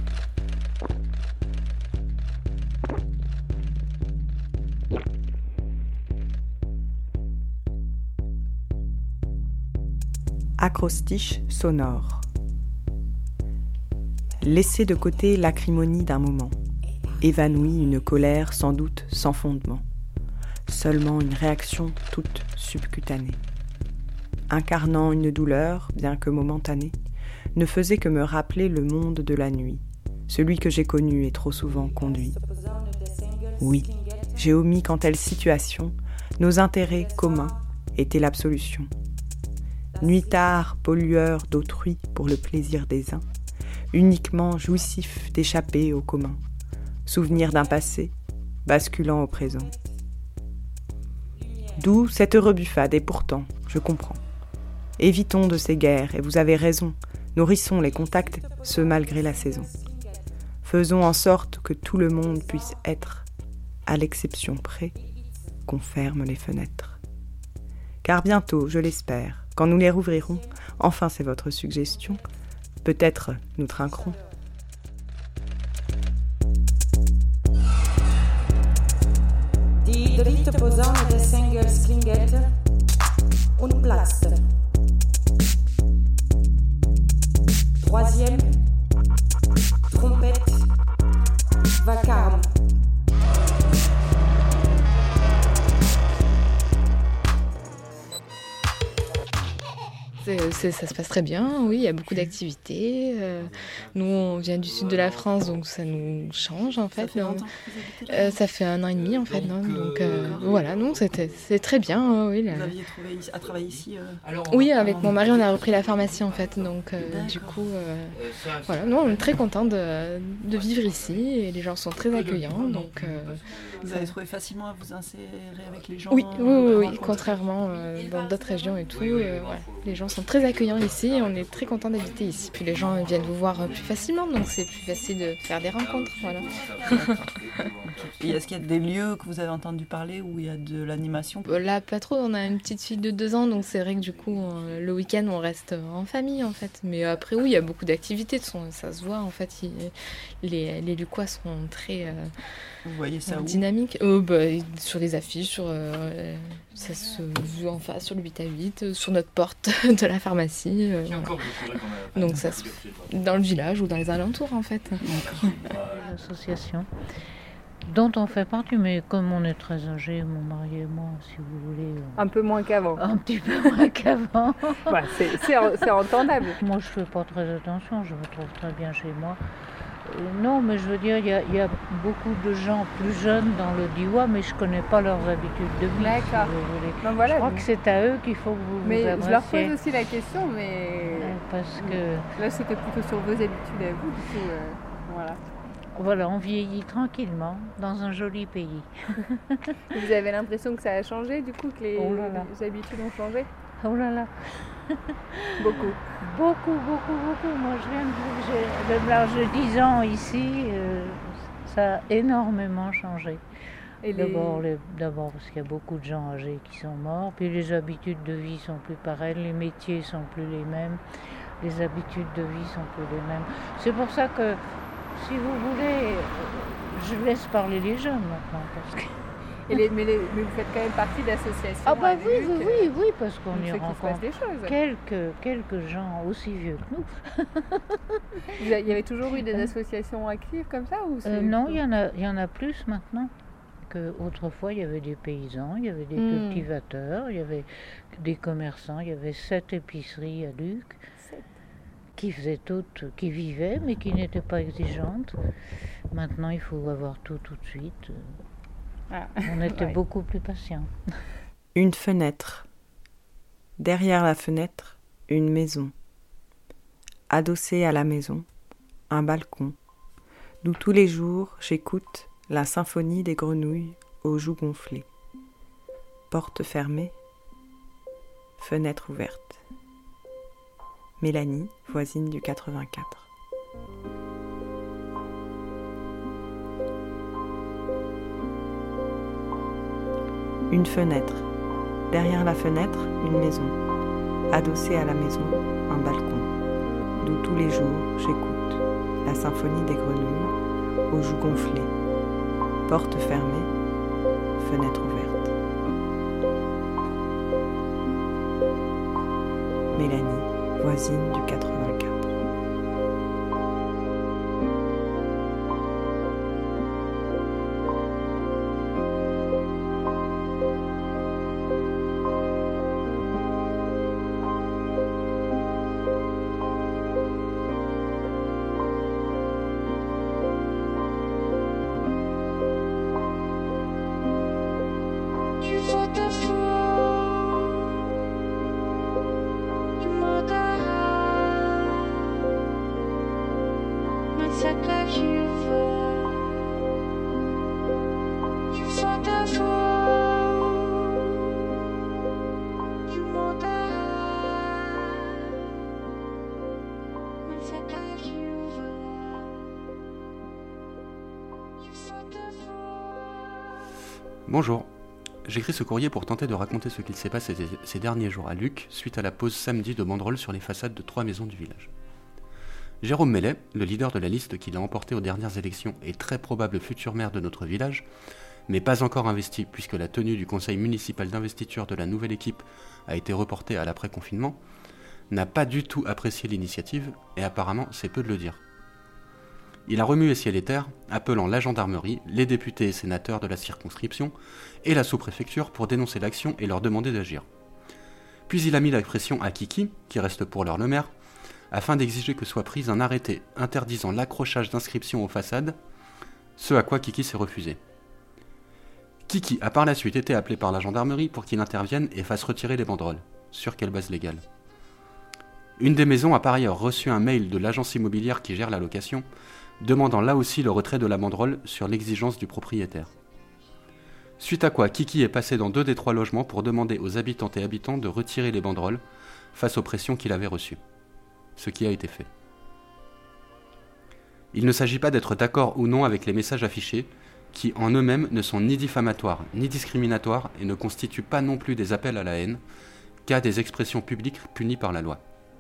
Acrostiche sonore. Laisser de côté l'acrimonie d'un moment, évanoui une colère sans doute sans fondement, seulement une réaction toute subcutanée. Incarnant une douleur, bien que momentanée, ne faisait que me rappeler le monde de la nuit, celui que j'ai connu et trop souvent conduit. Oui, j'ai omis qu'en telle situation, nos intérêts communs étaient l'absolution. Nuitard, pollueur d'autrui pour le plaisir des uns, uniquement jouissif d'échapper au commun, souvenir d'un passé, basculant au présent. D'où cette rebuffade, et pourtant, je comprends. Évitons de ces guerres, et vous avez raison, nourrissons les contacts, ce malgré la saison. Faisons en sorte que tout le monde puisse être, à l'exception près, qu'on ferme les fenêtres. Car bientôt, je l'espère, quand nous les rouvrirons, enfin c'est votre suggestion, peut-être nous trinquerons.
Die dritte Posaune des Engels klingelte und platzte. Troisième, trompette, vacarme.
C'est, c'est, ça se passe très bien, oui, il y a beaucoup d'activités. Euh, nous, on vient du sud de la France, donc ça nous change en fait. Ça fait longtemps que vous habitez là ? euh, Ça fait un an et demi en fait. Donc, non donc euh, voilà, non, c'était, c'est très bien. Euh, oui, là.
Vous aviez trouvé à travailler ici euh...
Oui, avec mon mari, on a repris la pharmacie en fait. Donc euh, du coup, euh, voilà, nous, on est très contents de, de vivre ici et les gens sont très accueillants. Donc, euh,
vous avez trouvé facilement à vous insérer avec les gens ?
Oui, oui, oui, oui, oui. Contrairement euh, dans d'autres régions et tout, euh, ouais, les gens sont très accueillants ici et on est très content d'habiter ici. Puis les gens viennent vous voir plus facilement, donc c'est plus facile de faire des rencontres. Voilà.
Et est-ce qu'il y a des lieux que vous avez entendu parler où il y a de l'animation ?
Là, pas trop. On a une petite fille de deux ans, donc c'est vrai que du coup, le week-end, on reste en famille en fait. Mais après, oui, il y a beaucoup d'activités. Ça se voit en fait. Les, les Lucois sont très euh,
vous voyez ça
dynamiques. Oh, bah, sur les affiches, sur, euh, ça se voit en face, sur le huit à huit, sur notre porte de la pharmacie. Euh, voilà. Donc ça se... dans le village ou dans les alentours en fait.
L'association dont on fait partie, mais comme on est très âgés, mon mari et moi, si vous voulez...
Un peu moins qu'avant.
Un petit peu moins qu'avant.
Ouais, c'est, c'est, c'est entendable.
Moi, je fais pas très attention, je me trouve très bien chez moi. Euh, non, mais je veux dire, il y a, y a beaucoup de gens plus jeunes dans le Diois, mais je connais pas leurs habitudes de vie.
D'accord.
Si vous voulez.
Ben voilà,
je crois
donc...
que c'est à eux qu'il faut que vous
mais
vous adressiez.
Je leur pose aussi la question, mais...
Parce que...
Là, c'était plutôt sur vos habitudes à vous, du coup, euh, voilà.
Voilà, on vieillit tranquillement dans un joli pays.
Vous avez l'impression que ça a changé, du coup, que les,
oh là là.
les habitudes ont changé?
Oh là là.
Beaucoup.
Beaucoup, beaucoup, beaucoup. Moi, je viens de, j'ai, de l'âge de dix ans ici, euh, ça a énormément changé. Et d'abord, les... d'abord parce qu'il y a beaucoup de gens âgés qui sont morts, puis les habitudes de vie sont plus pareilles, les métiers sont plus les mêmes, les habitudes de vie sont plus les mêmes. C'est pour ça que, si vous voulez, je laisse parler les jeunes maintenant. Parce que...
Et les, mais, les, mais vous faites quand même partie d'associations.
Ah bah oui, oui, oui, oui, parce qu'on y rencontre
des choses.
Quelques, quelques gens aussi vieux que nous.
Il y avait toujours eu des associations actives comme ça ou
euh, Non, il y en a, il y en a plus maintenant. Autrefois, il y avait des paysans, il y avait des mmh. cultivateurs, il y avait des commerçants, il y avait sept épiceries à Luc qui faisaient toutes, qui vivaient mais qui n'étaient pas exigeantes. Maintenant, il faut avoir tout tout de suite. Ah. On était ouais. beaucoup plus patients.
Une fenêtre. Derrière la fenêtre, une maison. Adossée à la maison, un balcon, d'où tous les jours j'écoute la symphonie des grenouilles aux joues gonflées. Porte fermée, fenêtre ouverte. Mélanie, voisine du quatre-vingt-quatre. Une fenêtre. Derrière la fenêtre, une maison. Adossée à la maison, un balcon. D'où tous les jours j'écoute la symphonie des grenouilles aux joues gonflées. Porte fermée, fenêtre ouverte. Mélanie, voisine du quatre-vingt-quatre.
Bonjour, j'écris ce courrier pour tenter de raconter ce qu'il s'est passé ces derniers jours à Luc suite à la pose samedi de banderoles sur les façades de trois maisons du village. Jérôme Mellet, le leader de la liste qui l'a emporté aux dernières élections et très probable futur maire de notre village, mais pas encore investi puisque la tenue du conseil municipal d'investiture de la nouvelle équipe a été reportée à l'après-confinement, n'a pas du tout apprécié l'initiative et apparemment c'est peu de le dire. Il a remué ciel et terre, appelant la gendarmerie, les députés et sénateurs de la circonscription et la sous-préfecture pour dénoncer l'action et leur demander d'agir. Puis il a mis la pression à Kiki, qui reste pour l'heure le maire, afin d'exiger que soit pris un arrêté interdisant l'accrochage d'inscriptions aux façades, ce à quoi Kiki s'est refusé. Kiki a par la suite été appelé par la gendarmerie pour qu'il intervienne et fasse retirer les banderoles. Sur quelle base légale ? Une des maisons a par ailleurs reçu un mail de l'agence immobilière qui gère la location, demandant là aussi le retrait de la banderole sur l'exigence du propriétaire. Suite à quoi Kiki est passé dans deux des trois logements pour demander aux habitantes et habitants de retirer les banderoles face aux pressions qu'il avait reçues. Ce qui a été fait. Il ne s'agit pas d'être d'accord ou non avec les messages affichés, qui en eux-mêmes ne sont ni diffamatoires ni discriminatoires et ne constituent pas non plus des appels à la haine, qu'à des expressions publiques punies par la loi.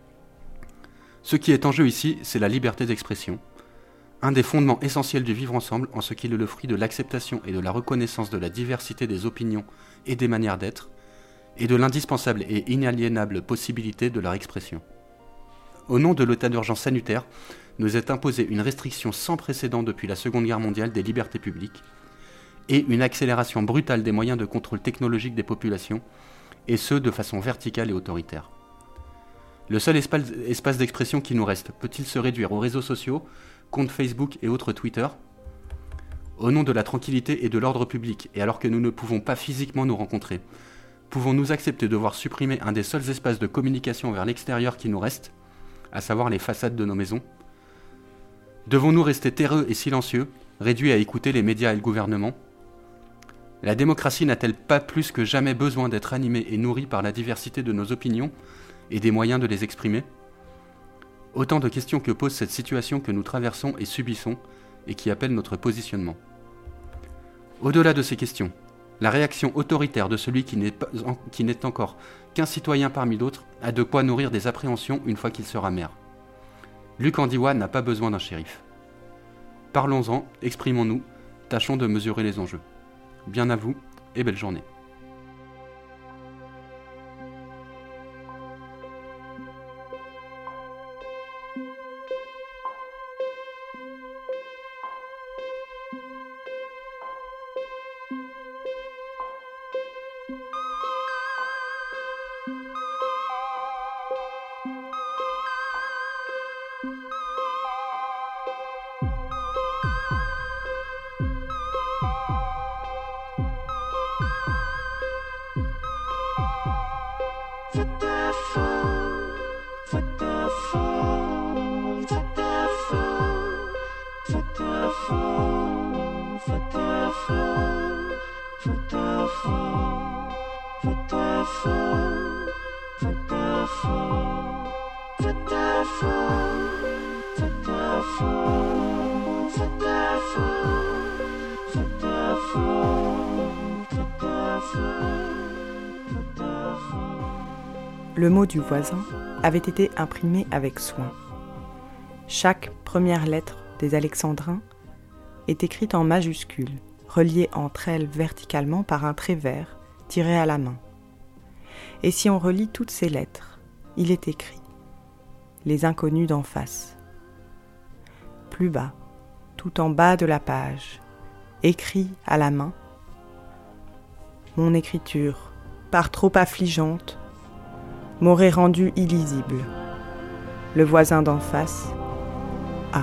Ce qui est en jeu ici, c'est la liberté d'expression, un des fondements essentiels du vivre ensemble en ce qu'il est le fruit de l'acceptation et de la reconnaissance de la diversité des opinions et des manières d'être, et de l'indispensable et inaliénable possibilité de leur expression. Au nom de l'état d'urgence sanitaire, nous est imposée une restriction sans précédent depuis la Seconde Guerre mondiale des libertés publiques, et une accélération brutale des moyens de contrôle technologique des populations, et ce de façon verticale et autoritaire. Le seul espace, espace d'expression qui nous reste peut-il se réduire aux réseaux sociaux, comptes Facebook et autres Twitter ? Au nom de la tranquillité et de l'ordre public, et alors que nous ne pouvons pas physiquement nous rencontrer, pouvons-nous accepter de voir supprimer un des seuls espaces de communication vers l'extérieur qui nous reste, à savoir les façades de nos maisons ? Devons-nous rester terreux et silencieux, réduits à écouter les médias et le gouvernement ? La démocratie n'a-t-elle pas plus que jamais besoin d'être animée et nourrie par la diversité de nos opinions et des moyens de les exprimer ? Autant de questions que pose cette situation que nous traversons et subissons et qui appelle notre positionnement. Au-delà de ces questions, la réaction autoritaire de celui qui n'est, pas, qui n'est encore qu'un citoyen parmi d'autres a de quoi nourrir des appréhensions une fois qu'il sera maire. Luc Andiwa n'a pas besoin d'un shérif. Parlons-en, exprimons-nous, tâchons de mesurer les enjeux. Bien à vous et belle journée.
Le mot du voisin avait été imprimé avec soin. Chaque première lettre des Alexandrins est écrite en majuscules, reliée entre elles verticalement par un trait vert tiré à la main. Et si on relit toutes ces lettres, il est écrit « Les inconnus d'en face ». Plus bas, tout en bas de la page, écrit à la main « Mon écriture, par trop affligeante, m'aurait rendu illisible. Le voisin d'en face, A.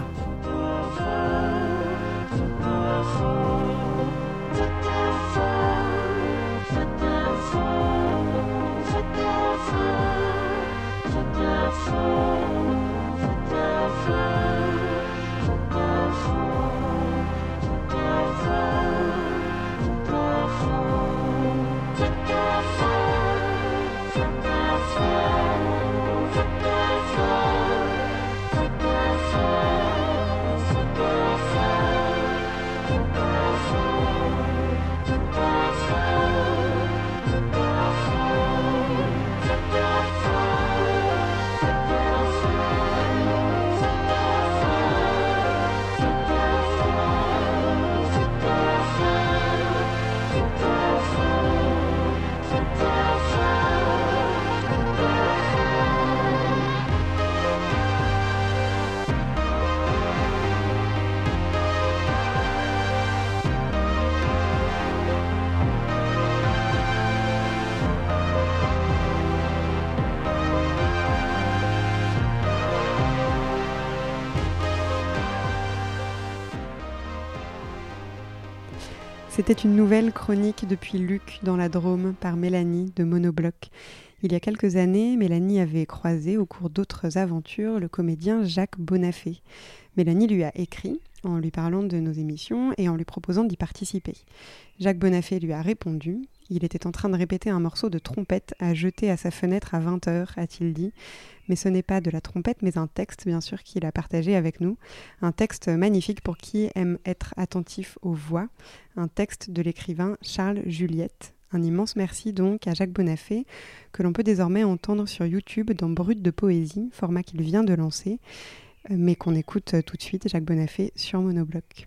C'était une nouvelle chronique depuis Luc dans la Drôme par Mélanie de Monobloc. Il y a quelques années, Mélanie avait croisé au cours d'autres aventures le comédien Jacques Bonafé. Mélanie lui a écrit en lui parlant de nos émissions et en lui proposant d'y participer. Jacques Bonafé lui a répondu. Il était en train de répéter un morceau de trompette à jeter à sa fenêtre à vingt heures, a-t-il dit. Mais ce n'est pas de la trompette, mais un texte, bien sûr, qu'il a partagé avec nous. Un texte magnifique pour qui aime être attentif aux voix. Un texte de l'écrivain Charles Juliette. Un immense merci donc à Jacques Bonafé, que l'on peut désormais entendre sur YouTube dans Brut de Poésie, format qu'il vient de lancer, mais qu'on écoute tout de suite, Jacques Bonafé, sur Monobloc.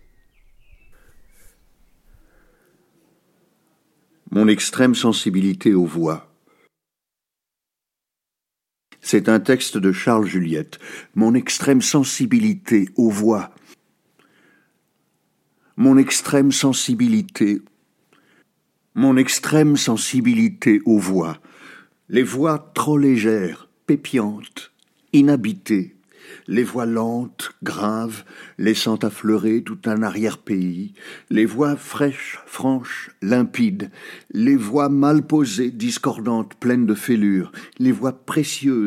Mon extrême sensibilité aux voix. C'est un texte de Charles Juliette. Mon extrême sensibilité aux voix. Mon extrême sensibilité. Mon extrême sensibilité aux voix. Les voix trop légères, pépiantes, inhabitées. Les voix lentes, graves, laissant affleurer tout un arrière-pays, les voix fraîches, franches, limpides, les voix mal posées, discordantes, pleines de fêlures, les voix précieuses,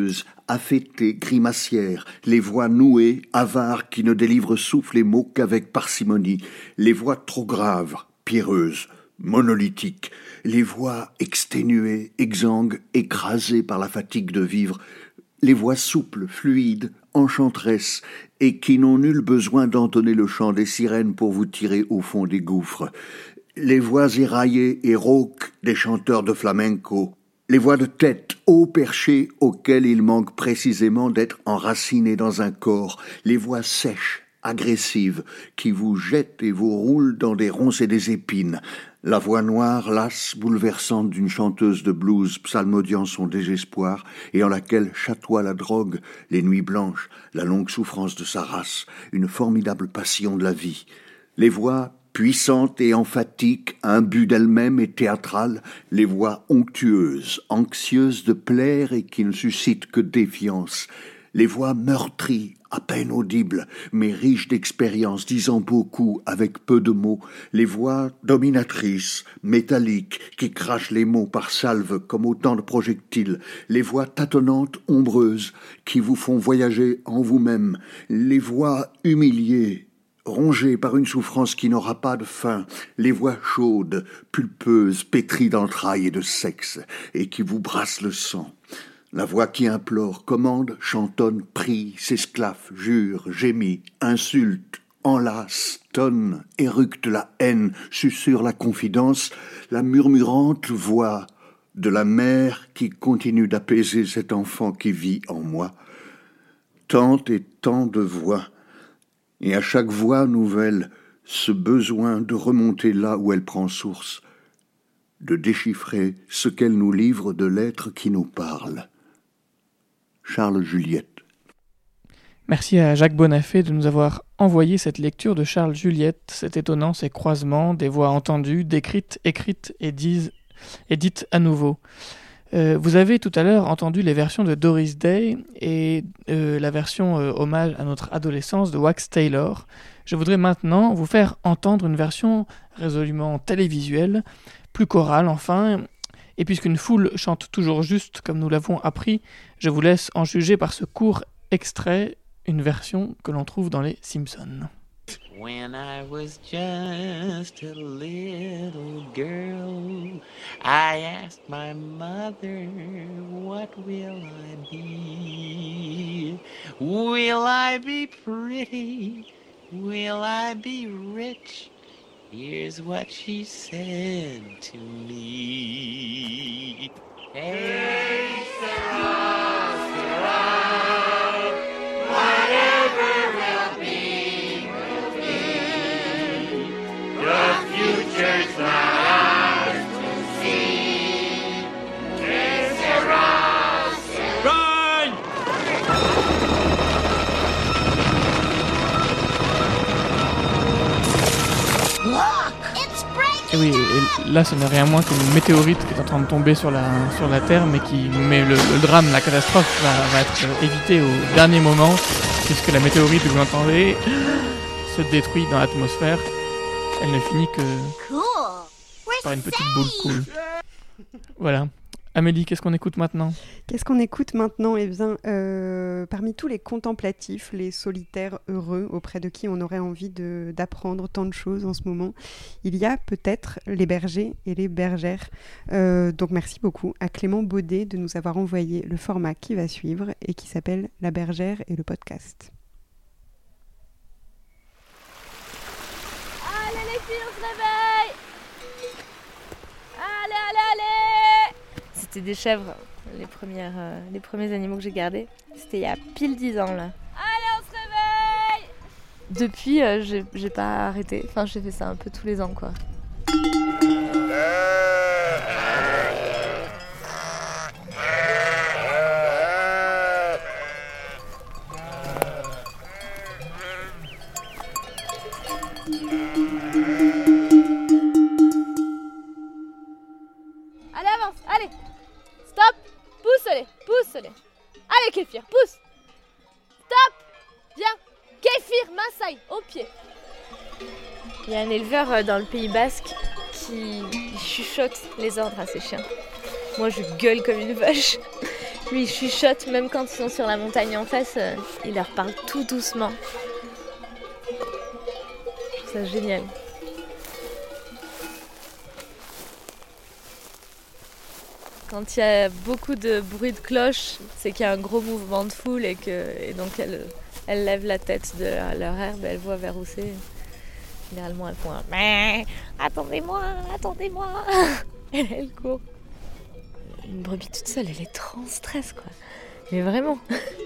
affêtées, grimacières, les voix nouées, avares, qui ne délivrent souffle et mots qu'avec parcimonie, les voix trop graves, pierreuses, monolithiques, les voix exténuées, exsangues, écrasées par la fatigue de vivre, les voix souples, fluides, enchanteresses, et qui n'ont nul besoin d'entonner le chant des sirènes pour vous tirer au fond des gouffres, les voix éraillées et rauques des chanteurs de flamenco, les voix de tête haut perchées auxquelles il manque précisément d'être enracinées dans un corps, les voix sèches, agressives, qui vous jettent et vous roulent dans des ronces et des épines, la voix noire, lasse, bouleversante d'une chanteuse de blues psalmodiant son désespoir et en laquelle chatoie la drogue, les nuits blanches, la longue souffrance de sa race, une formidable passion de la vie, les voix puissantes et emphatiques, imbues d'elles-mêmes et théâtrales, les voix onctueuses, anxieuses de plaire et qui ne suscitent que défiance, les voix meurtries, à peine audibles, mais riches d'expérience, disant beaucoup avec peu de mots, les voix dominatrices, métalliques, qui crachent les mots par salve comme autant de projectiles, les voix tâtonnantes, ombreuses, qui vous font voyager en vous-même, les voix humiliées, rongées par une souffrance qui n'aura pas de fin, les voix chaudes, pulpeuses, pétries d'entrailles et de sexe, et qui vous brassent le sang. La voix qui implore, commande, chantonne, prie, s'esclaffe, jure, gémit, insulte, enlace, tonne, éructe la haine, susurre la confidence, la murmurante voix de la mère qui continue d'apaiser cet enfant qui vit en moi. Tant et tant de voix, et à chaque voix nouvelle, ce besoin de remonter là où elle prend source, de déchiffrer ce qu'elle nous livre de l'être qui nous parle. Charles Juliette.
Merci à Jacques Bonafé de nous avoir envoyé cette lecture de Charles Juliette. C'est étonnant, ces croisements, des voix entendues, décrites, écrites et, disent, et dites à nouveau. Euh, vous avez tout à l'heure entendu les versions de Doris Day et euh, la version euh, hommage à notre adolescence de Wax Taylor. Je voudrais maintenant vous faire entendre une version résolument télévisuelle, plus chorale enfin. Et puisqu'une foule chante toujours juste, comme nous l'avons appris, je vous laisse en juger par ce court extrait, une version que l'on trouve dans les Simpsons.
When I was just a little girl, I asked my mother, what will I be? Will I be pretty? Will I be rich? Here's what she said to me. Hey, Sarah, Sarah, whatever will be, will be. The future's not ours to see. Hey, Sarah, Sarah. Run!
Et oui, et là ce n'est rien moins qu'une météorite qui est en train de tomber sur la, sur la Terre, mais qui mais le, le drame, la catastrophe va, va être évité au dernier moment, puisque la météorite, vous l'entendez, se détruit dans l'atmosphère. Elle ne finit que par une petite boule cool. Voilà. Amélie, qu'est-ce qu'on écoute maintenant ?
Qu'est-ce qu'on écoute maintenant ? Eh bien, euh, parmi tous les contemplatifs, les solitaires heureux, auprès de qui on aurait envie de, d'apprendre tant de choses en ce moment, il y a peut-être les bergers et les bergères. Euh, donc merci beaucoup à Clément Baudet de nous avoir envoyé le format qui va suivre et qui s'appelle La bergère et le podcast.
Allez les filles, on se réveille! Allez, allez, allez!
C'était des chèvres, les, premières, euh, les premiers animaux que j'ai gardés. C'était il y a pile dix ans, là.
Allez, on se réveille!
Depuis, euh, j'ai, j'ai pas arrêté. Enfin, j'ai fait ça un peu tous les ans, quoi.
Allez, avance, allez! Stop! Pousse-les, pousse-les! Allez, Kéfir, pousse! Stop! Viens! Kéfir, Massaï, au pied!
Il y a un éleveur euh, dans le Pays Basque qui chuchote les ordres à ses chiens. Moi, je gueule comme une vache. Lui, il chuchote, même quand ils sont sur la montagne en face, euh, il leur parle tout doucement. Je trouve ça génial. Quand il y a beaucoup de bruit de cloche, c'est qu'il y a un gros mouvement de foule et, que, et donc elles, elles lèvent la tête de leur, leur herbe, elles voient vers où c'est. Généralement, elles font un « mais attendez-moi, attendez-moi !» Et là, elles courent. Une brebis toute seule, elle est trop en stress, quoi. Mais vraiment.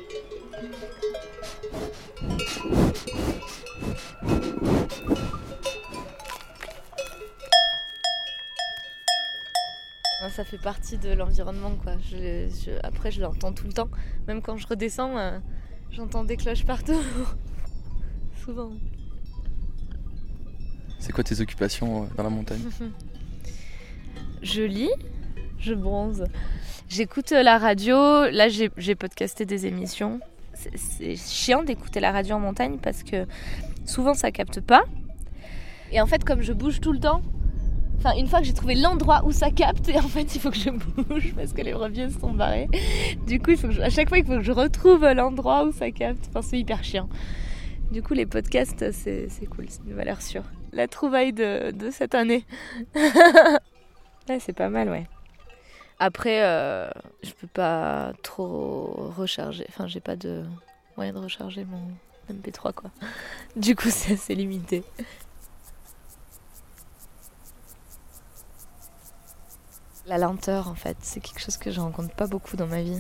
Ça fait partie de l'environnement, quoi. Je, je, après, je l'entends tout le temps. Même quand je redescends, euh, j'entends des cloches partout. Souvent.
C'est quoi tes occupations dans la montagne ?
Je lis, je bronze. J'écoute la radio. Là, j'ai, j'ai podcasté des émissions. C'est, c'est chiant d'écouter la radio en montagne parce que souvent, ça capte pas. Et en fait, comme je bouge tout le temps, enfin, une fois que j'ai trouvé l'endroit où ça capte, et en fait, il faut que je bouge parce que les brebis se sont barrées. Du coup, il faut que je, à chaque fois, il faut que je retrouve l'endroit où ça capte. Enfin, c'est hyper chiant. Du coup, les podcasts, c'est, c'est cool, c'est une valeur sûre. La trouvaille de, de cette année. Ouais, c'est pas mal, ouais. Après, euh, je peux pas trop recharger. Enfin, j'ai pas de moyen de recharger mon M P trois, quoi. Du coup, c'est assez limité. La lenteur, en fait, c'est quelque chose que je rencontre pas beaucoup dans ma vie.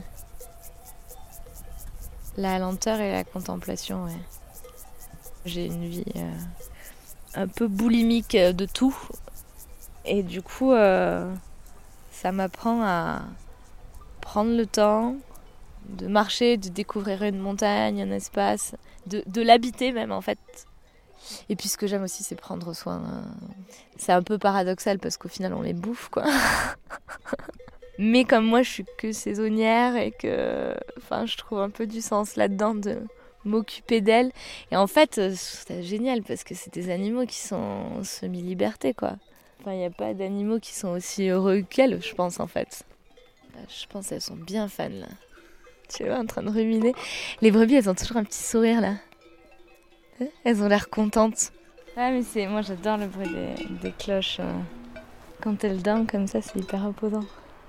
La lenteur et la contemplation, ouais. J'ai une vie euh, un peu boulimique de tout. Et du coup, euh, ça m'apprend à prendre le temps de marcher, de découvrir une montagne, un espace, de, de l'habiter même, en fait. Et puis ce que j'aime aussi, c'est prendre soin. Euh... C'est un peu paradoxal parce qu'au final, on les bouffe, quoi. Mais comme moi, je suis que saisonnière et que, enfin, je trouve un peu du sens là-dedans de m'occuper d'elles. Et en fait, c'est génial parce que c'est des animaux qui sont semi-liberté, quoi. Enfin, il n'y a pas d'animaux qui sont aussi heureux qu'elles, je pense, en fait. Je pense qu'elles sont bien fans, là. Tu vois, en train de ruminer. Les brebis, elles ont toujours un petit sourire, là. Elles ont l'air contentes. Ah, mais c'est... Moi, j'adore le bruit des, des cloches. Euh... Quand elles dorment comme ça, c'est hyper reposant.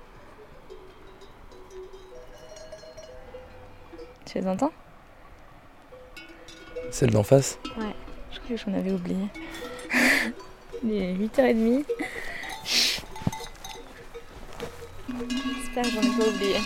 Tu les entends ?
Celle d'en face ?
Ouais, je crois que j'en avais oublié. Il est huit heures trente. J'espère que j'en ai pas oublié.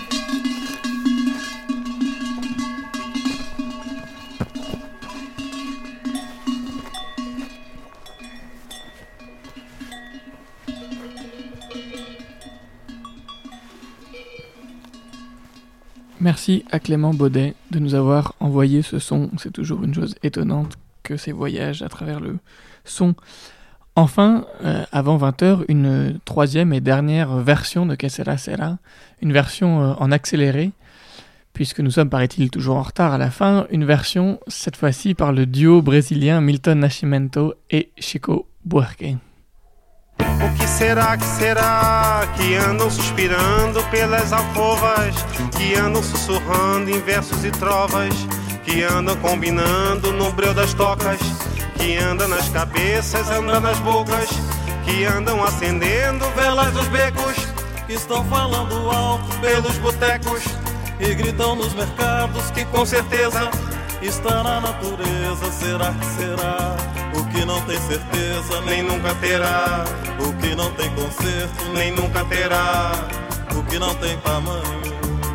Merci à Clément Baudet de nous avoir envoyé ce son. C'est toujours une chose étonnante que ces voyages à travers le son. Enfin, euh, avant vingt heures, une troisième et dernière version de Que Sera Sera, une version euh, en accéléré, puisque nous sommes, paraît-il, toujours en retard à la fin, une version, cette fois-ci, par le duo brésilien Milton Nascimento et Chico Buarque.
O que será, que será, que andam suspirando pelas alcovas, que andam sussurrando em versos e trovas, que andam combinando no breu das tocas, que andam nas cabeças, andam nas bocas, que andam acendendo velas dos becos, que estão falando alto pelos botecos e gritam nos mercados que com certeza está na natureza. Será que será? O que não tem certeza nem nunca terá. O que não tem conserto nem nunca terá. O que não tem tamanho.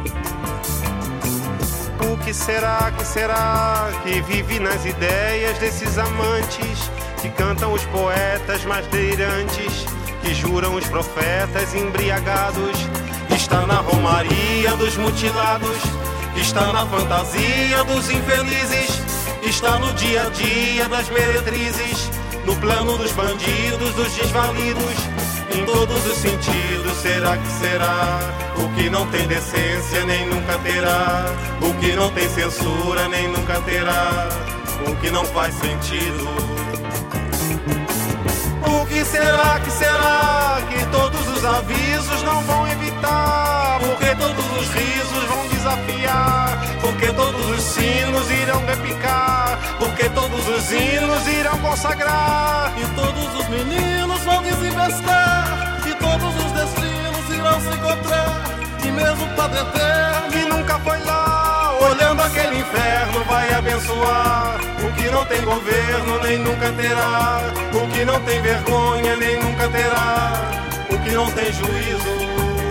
O que será, que será, que vive nas ideias desses amantes, que cantam os poetas mais delirantes, que juram os profetas embriagados. Está na romaria dos mutilados, está na fantasia dos infelizes, está no dia a dia das meretrizes, no plano dos bandidos, dos desvalidos, em todos os sentidos. Será que será? O que não tem decência nem nunca terá, o que não tem censura nem nunca terá, o que não faz sentido. O que será, que será, que todos os avisos não vão evitar, porque todos os risos vão os sinos irão repicar, porque todos os hinos irão consagrar,
e todos os meninos vão desinvestar, e todos os destinos irão se encontrar, e mesmo o Padre Eterno,
que nunca foi lá, olhando aquele inferno, vai abençoar o que não tem governo, nem nunca terá, o que não tem vergonha, nem nunca terá, o que não tem juízo.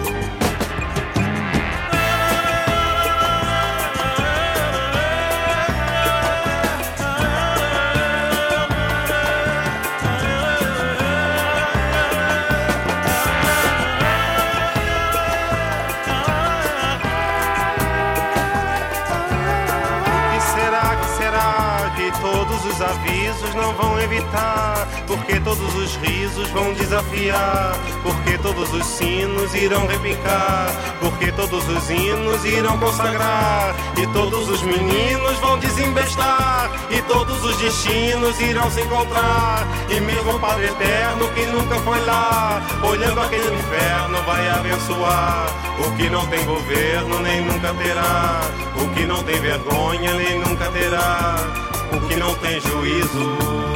Todos os avisos não vão evitar, porque todos os risos vão desafiar, porque todos os sinos irão repicar, porque todos os hinos irão consagrar, e todos os meninos vão desembestar, e todos os destinos irão se encontrar, e mesmo o Padre Eterno que nunca foi lá, olhando aquele inferno vai abençoar, o que não tem governo nem nunca terá, o que não tem vergonha nem nunca terá, o que não tem juízo.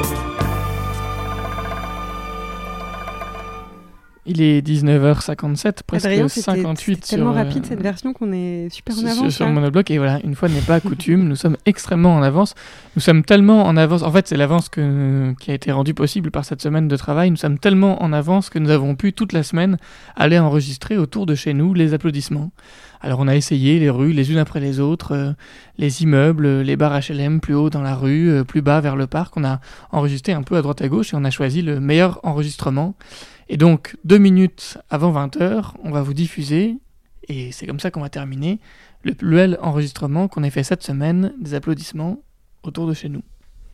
Il est dix-neuf heures cinquante-sept, presque
Adrien,
cinquante-huit
c'était tellement
sur,
rapide
euh,
cette version qu'on est super en
sur,
avance.
sur
hein.
Monobloc. Et voilà, une fois n'est pas coutume, nous sommes extrêmement en avance. Nous sommes tellement en avance. En fait, c'est l'avance que, qui a été rendue possible par cette semaine de travail. Nous sommes tellement en avance que nous avons pu toute la semaine aller enregistrer autour de chez nous les applaudissements. Alors on a essayé les rues les unes après les autres, euh, les immeubles, les bars H L M plus haut dans la rue, euh, plus bas vers le parc. On a enregistré un peu à droite à gauche et on a choisi le meilleur enregistrement. Et donc, deux minutes avant vingt heures, on va vous diffuser, et c'est comme ça qu'on va terminer, le plus bel enregistrement qu'on ait fait cette semaine, des applaudissements autour de chez nous.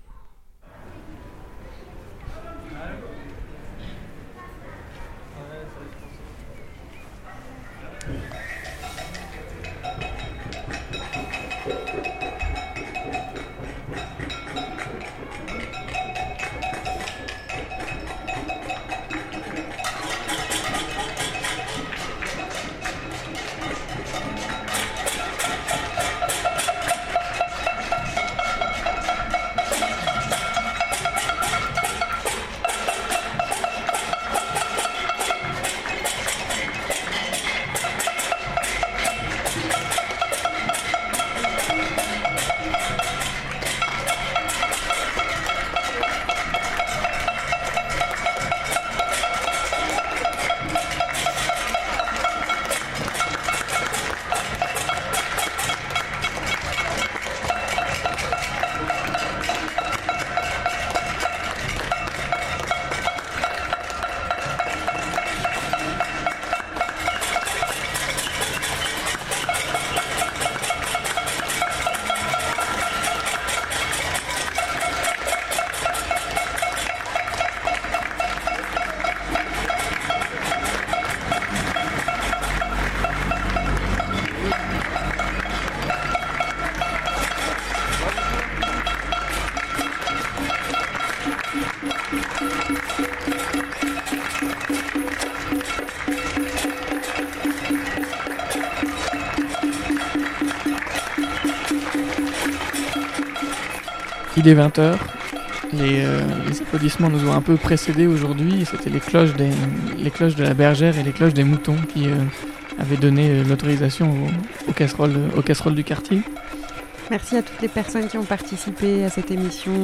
Il est vingt heures, les, euh, les applaudissements nous ont un peu précédés aujourd'hui, c'était les cloches, des, les cloches de la bergère et les cloches des moutons qui euh, avaient donné euh, l'autorisation aux, aux, casseroles, aux casseroles du quartier.
Merci à toutes les personnes qui ont participé à cette émission,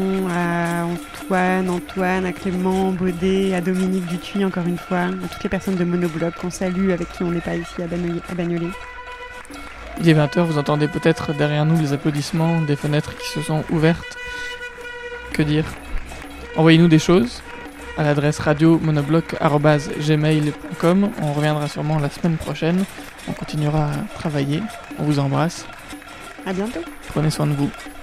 à Antoine, Antoine, à Clément, Baudet, à Dominique Dutuy encore une fois, à toutes les personnes de Monobloc qu'on salue, avec qui on n'est pas ici à Bagnolet. À Bagnolet.
Il est vingt heures, vous entendez peut-être derrière nous les applaudissements des fenêtres qui se sont ouvertes. Que dire ? Envoyez-nous des choses à l'adresse radio monobloc arobase gmail point com. On reviendra sûrement la semaine prochaine. On continuera à travailler. On vous embrasse.
À bientôt.
Prenez soin de vous.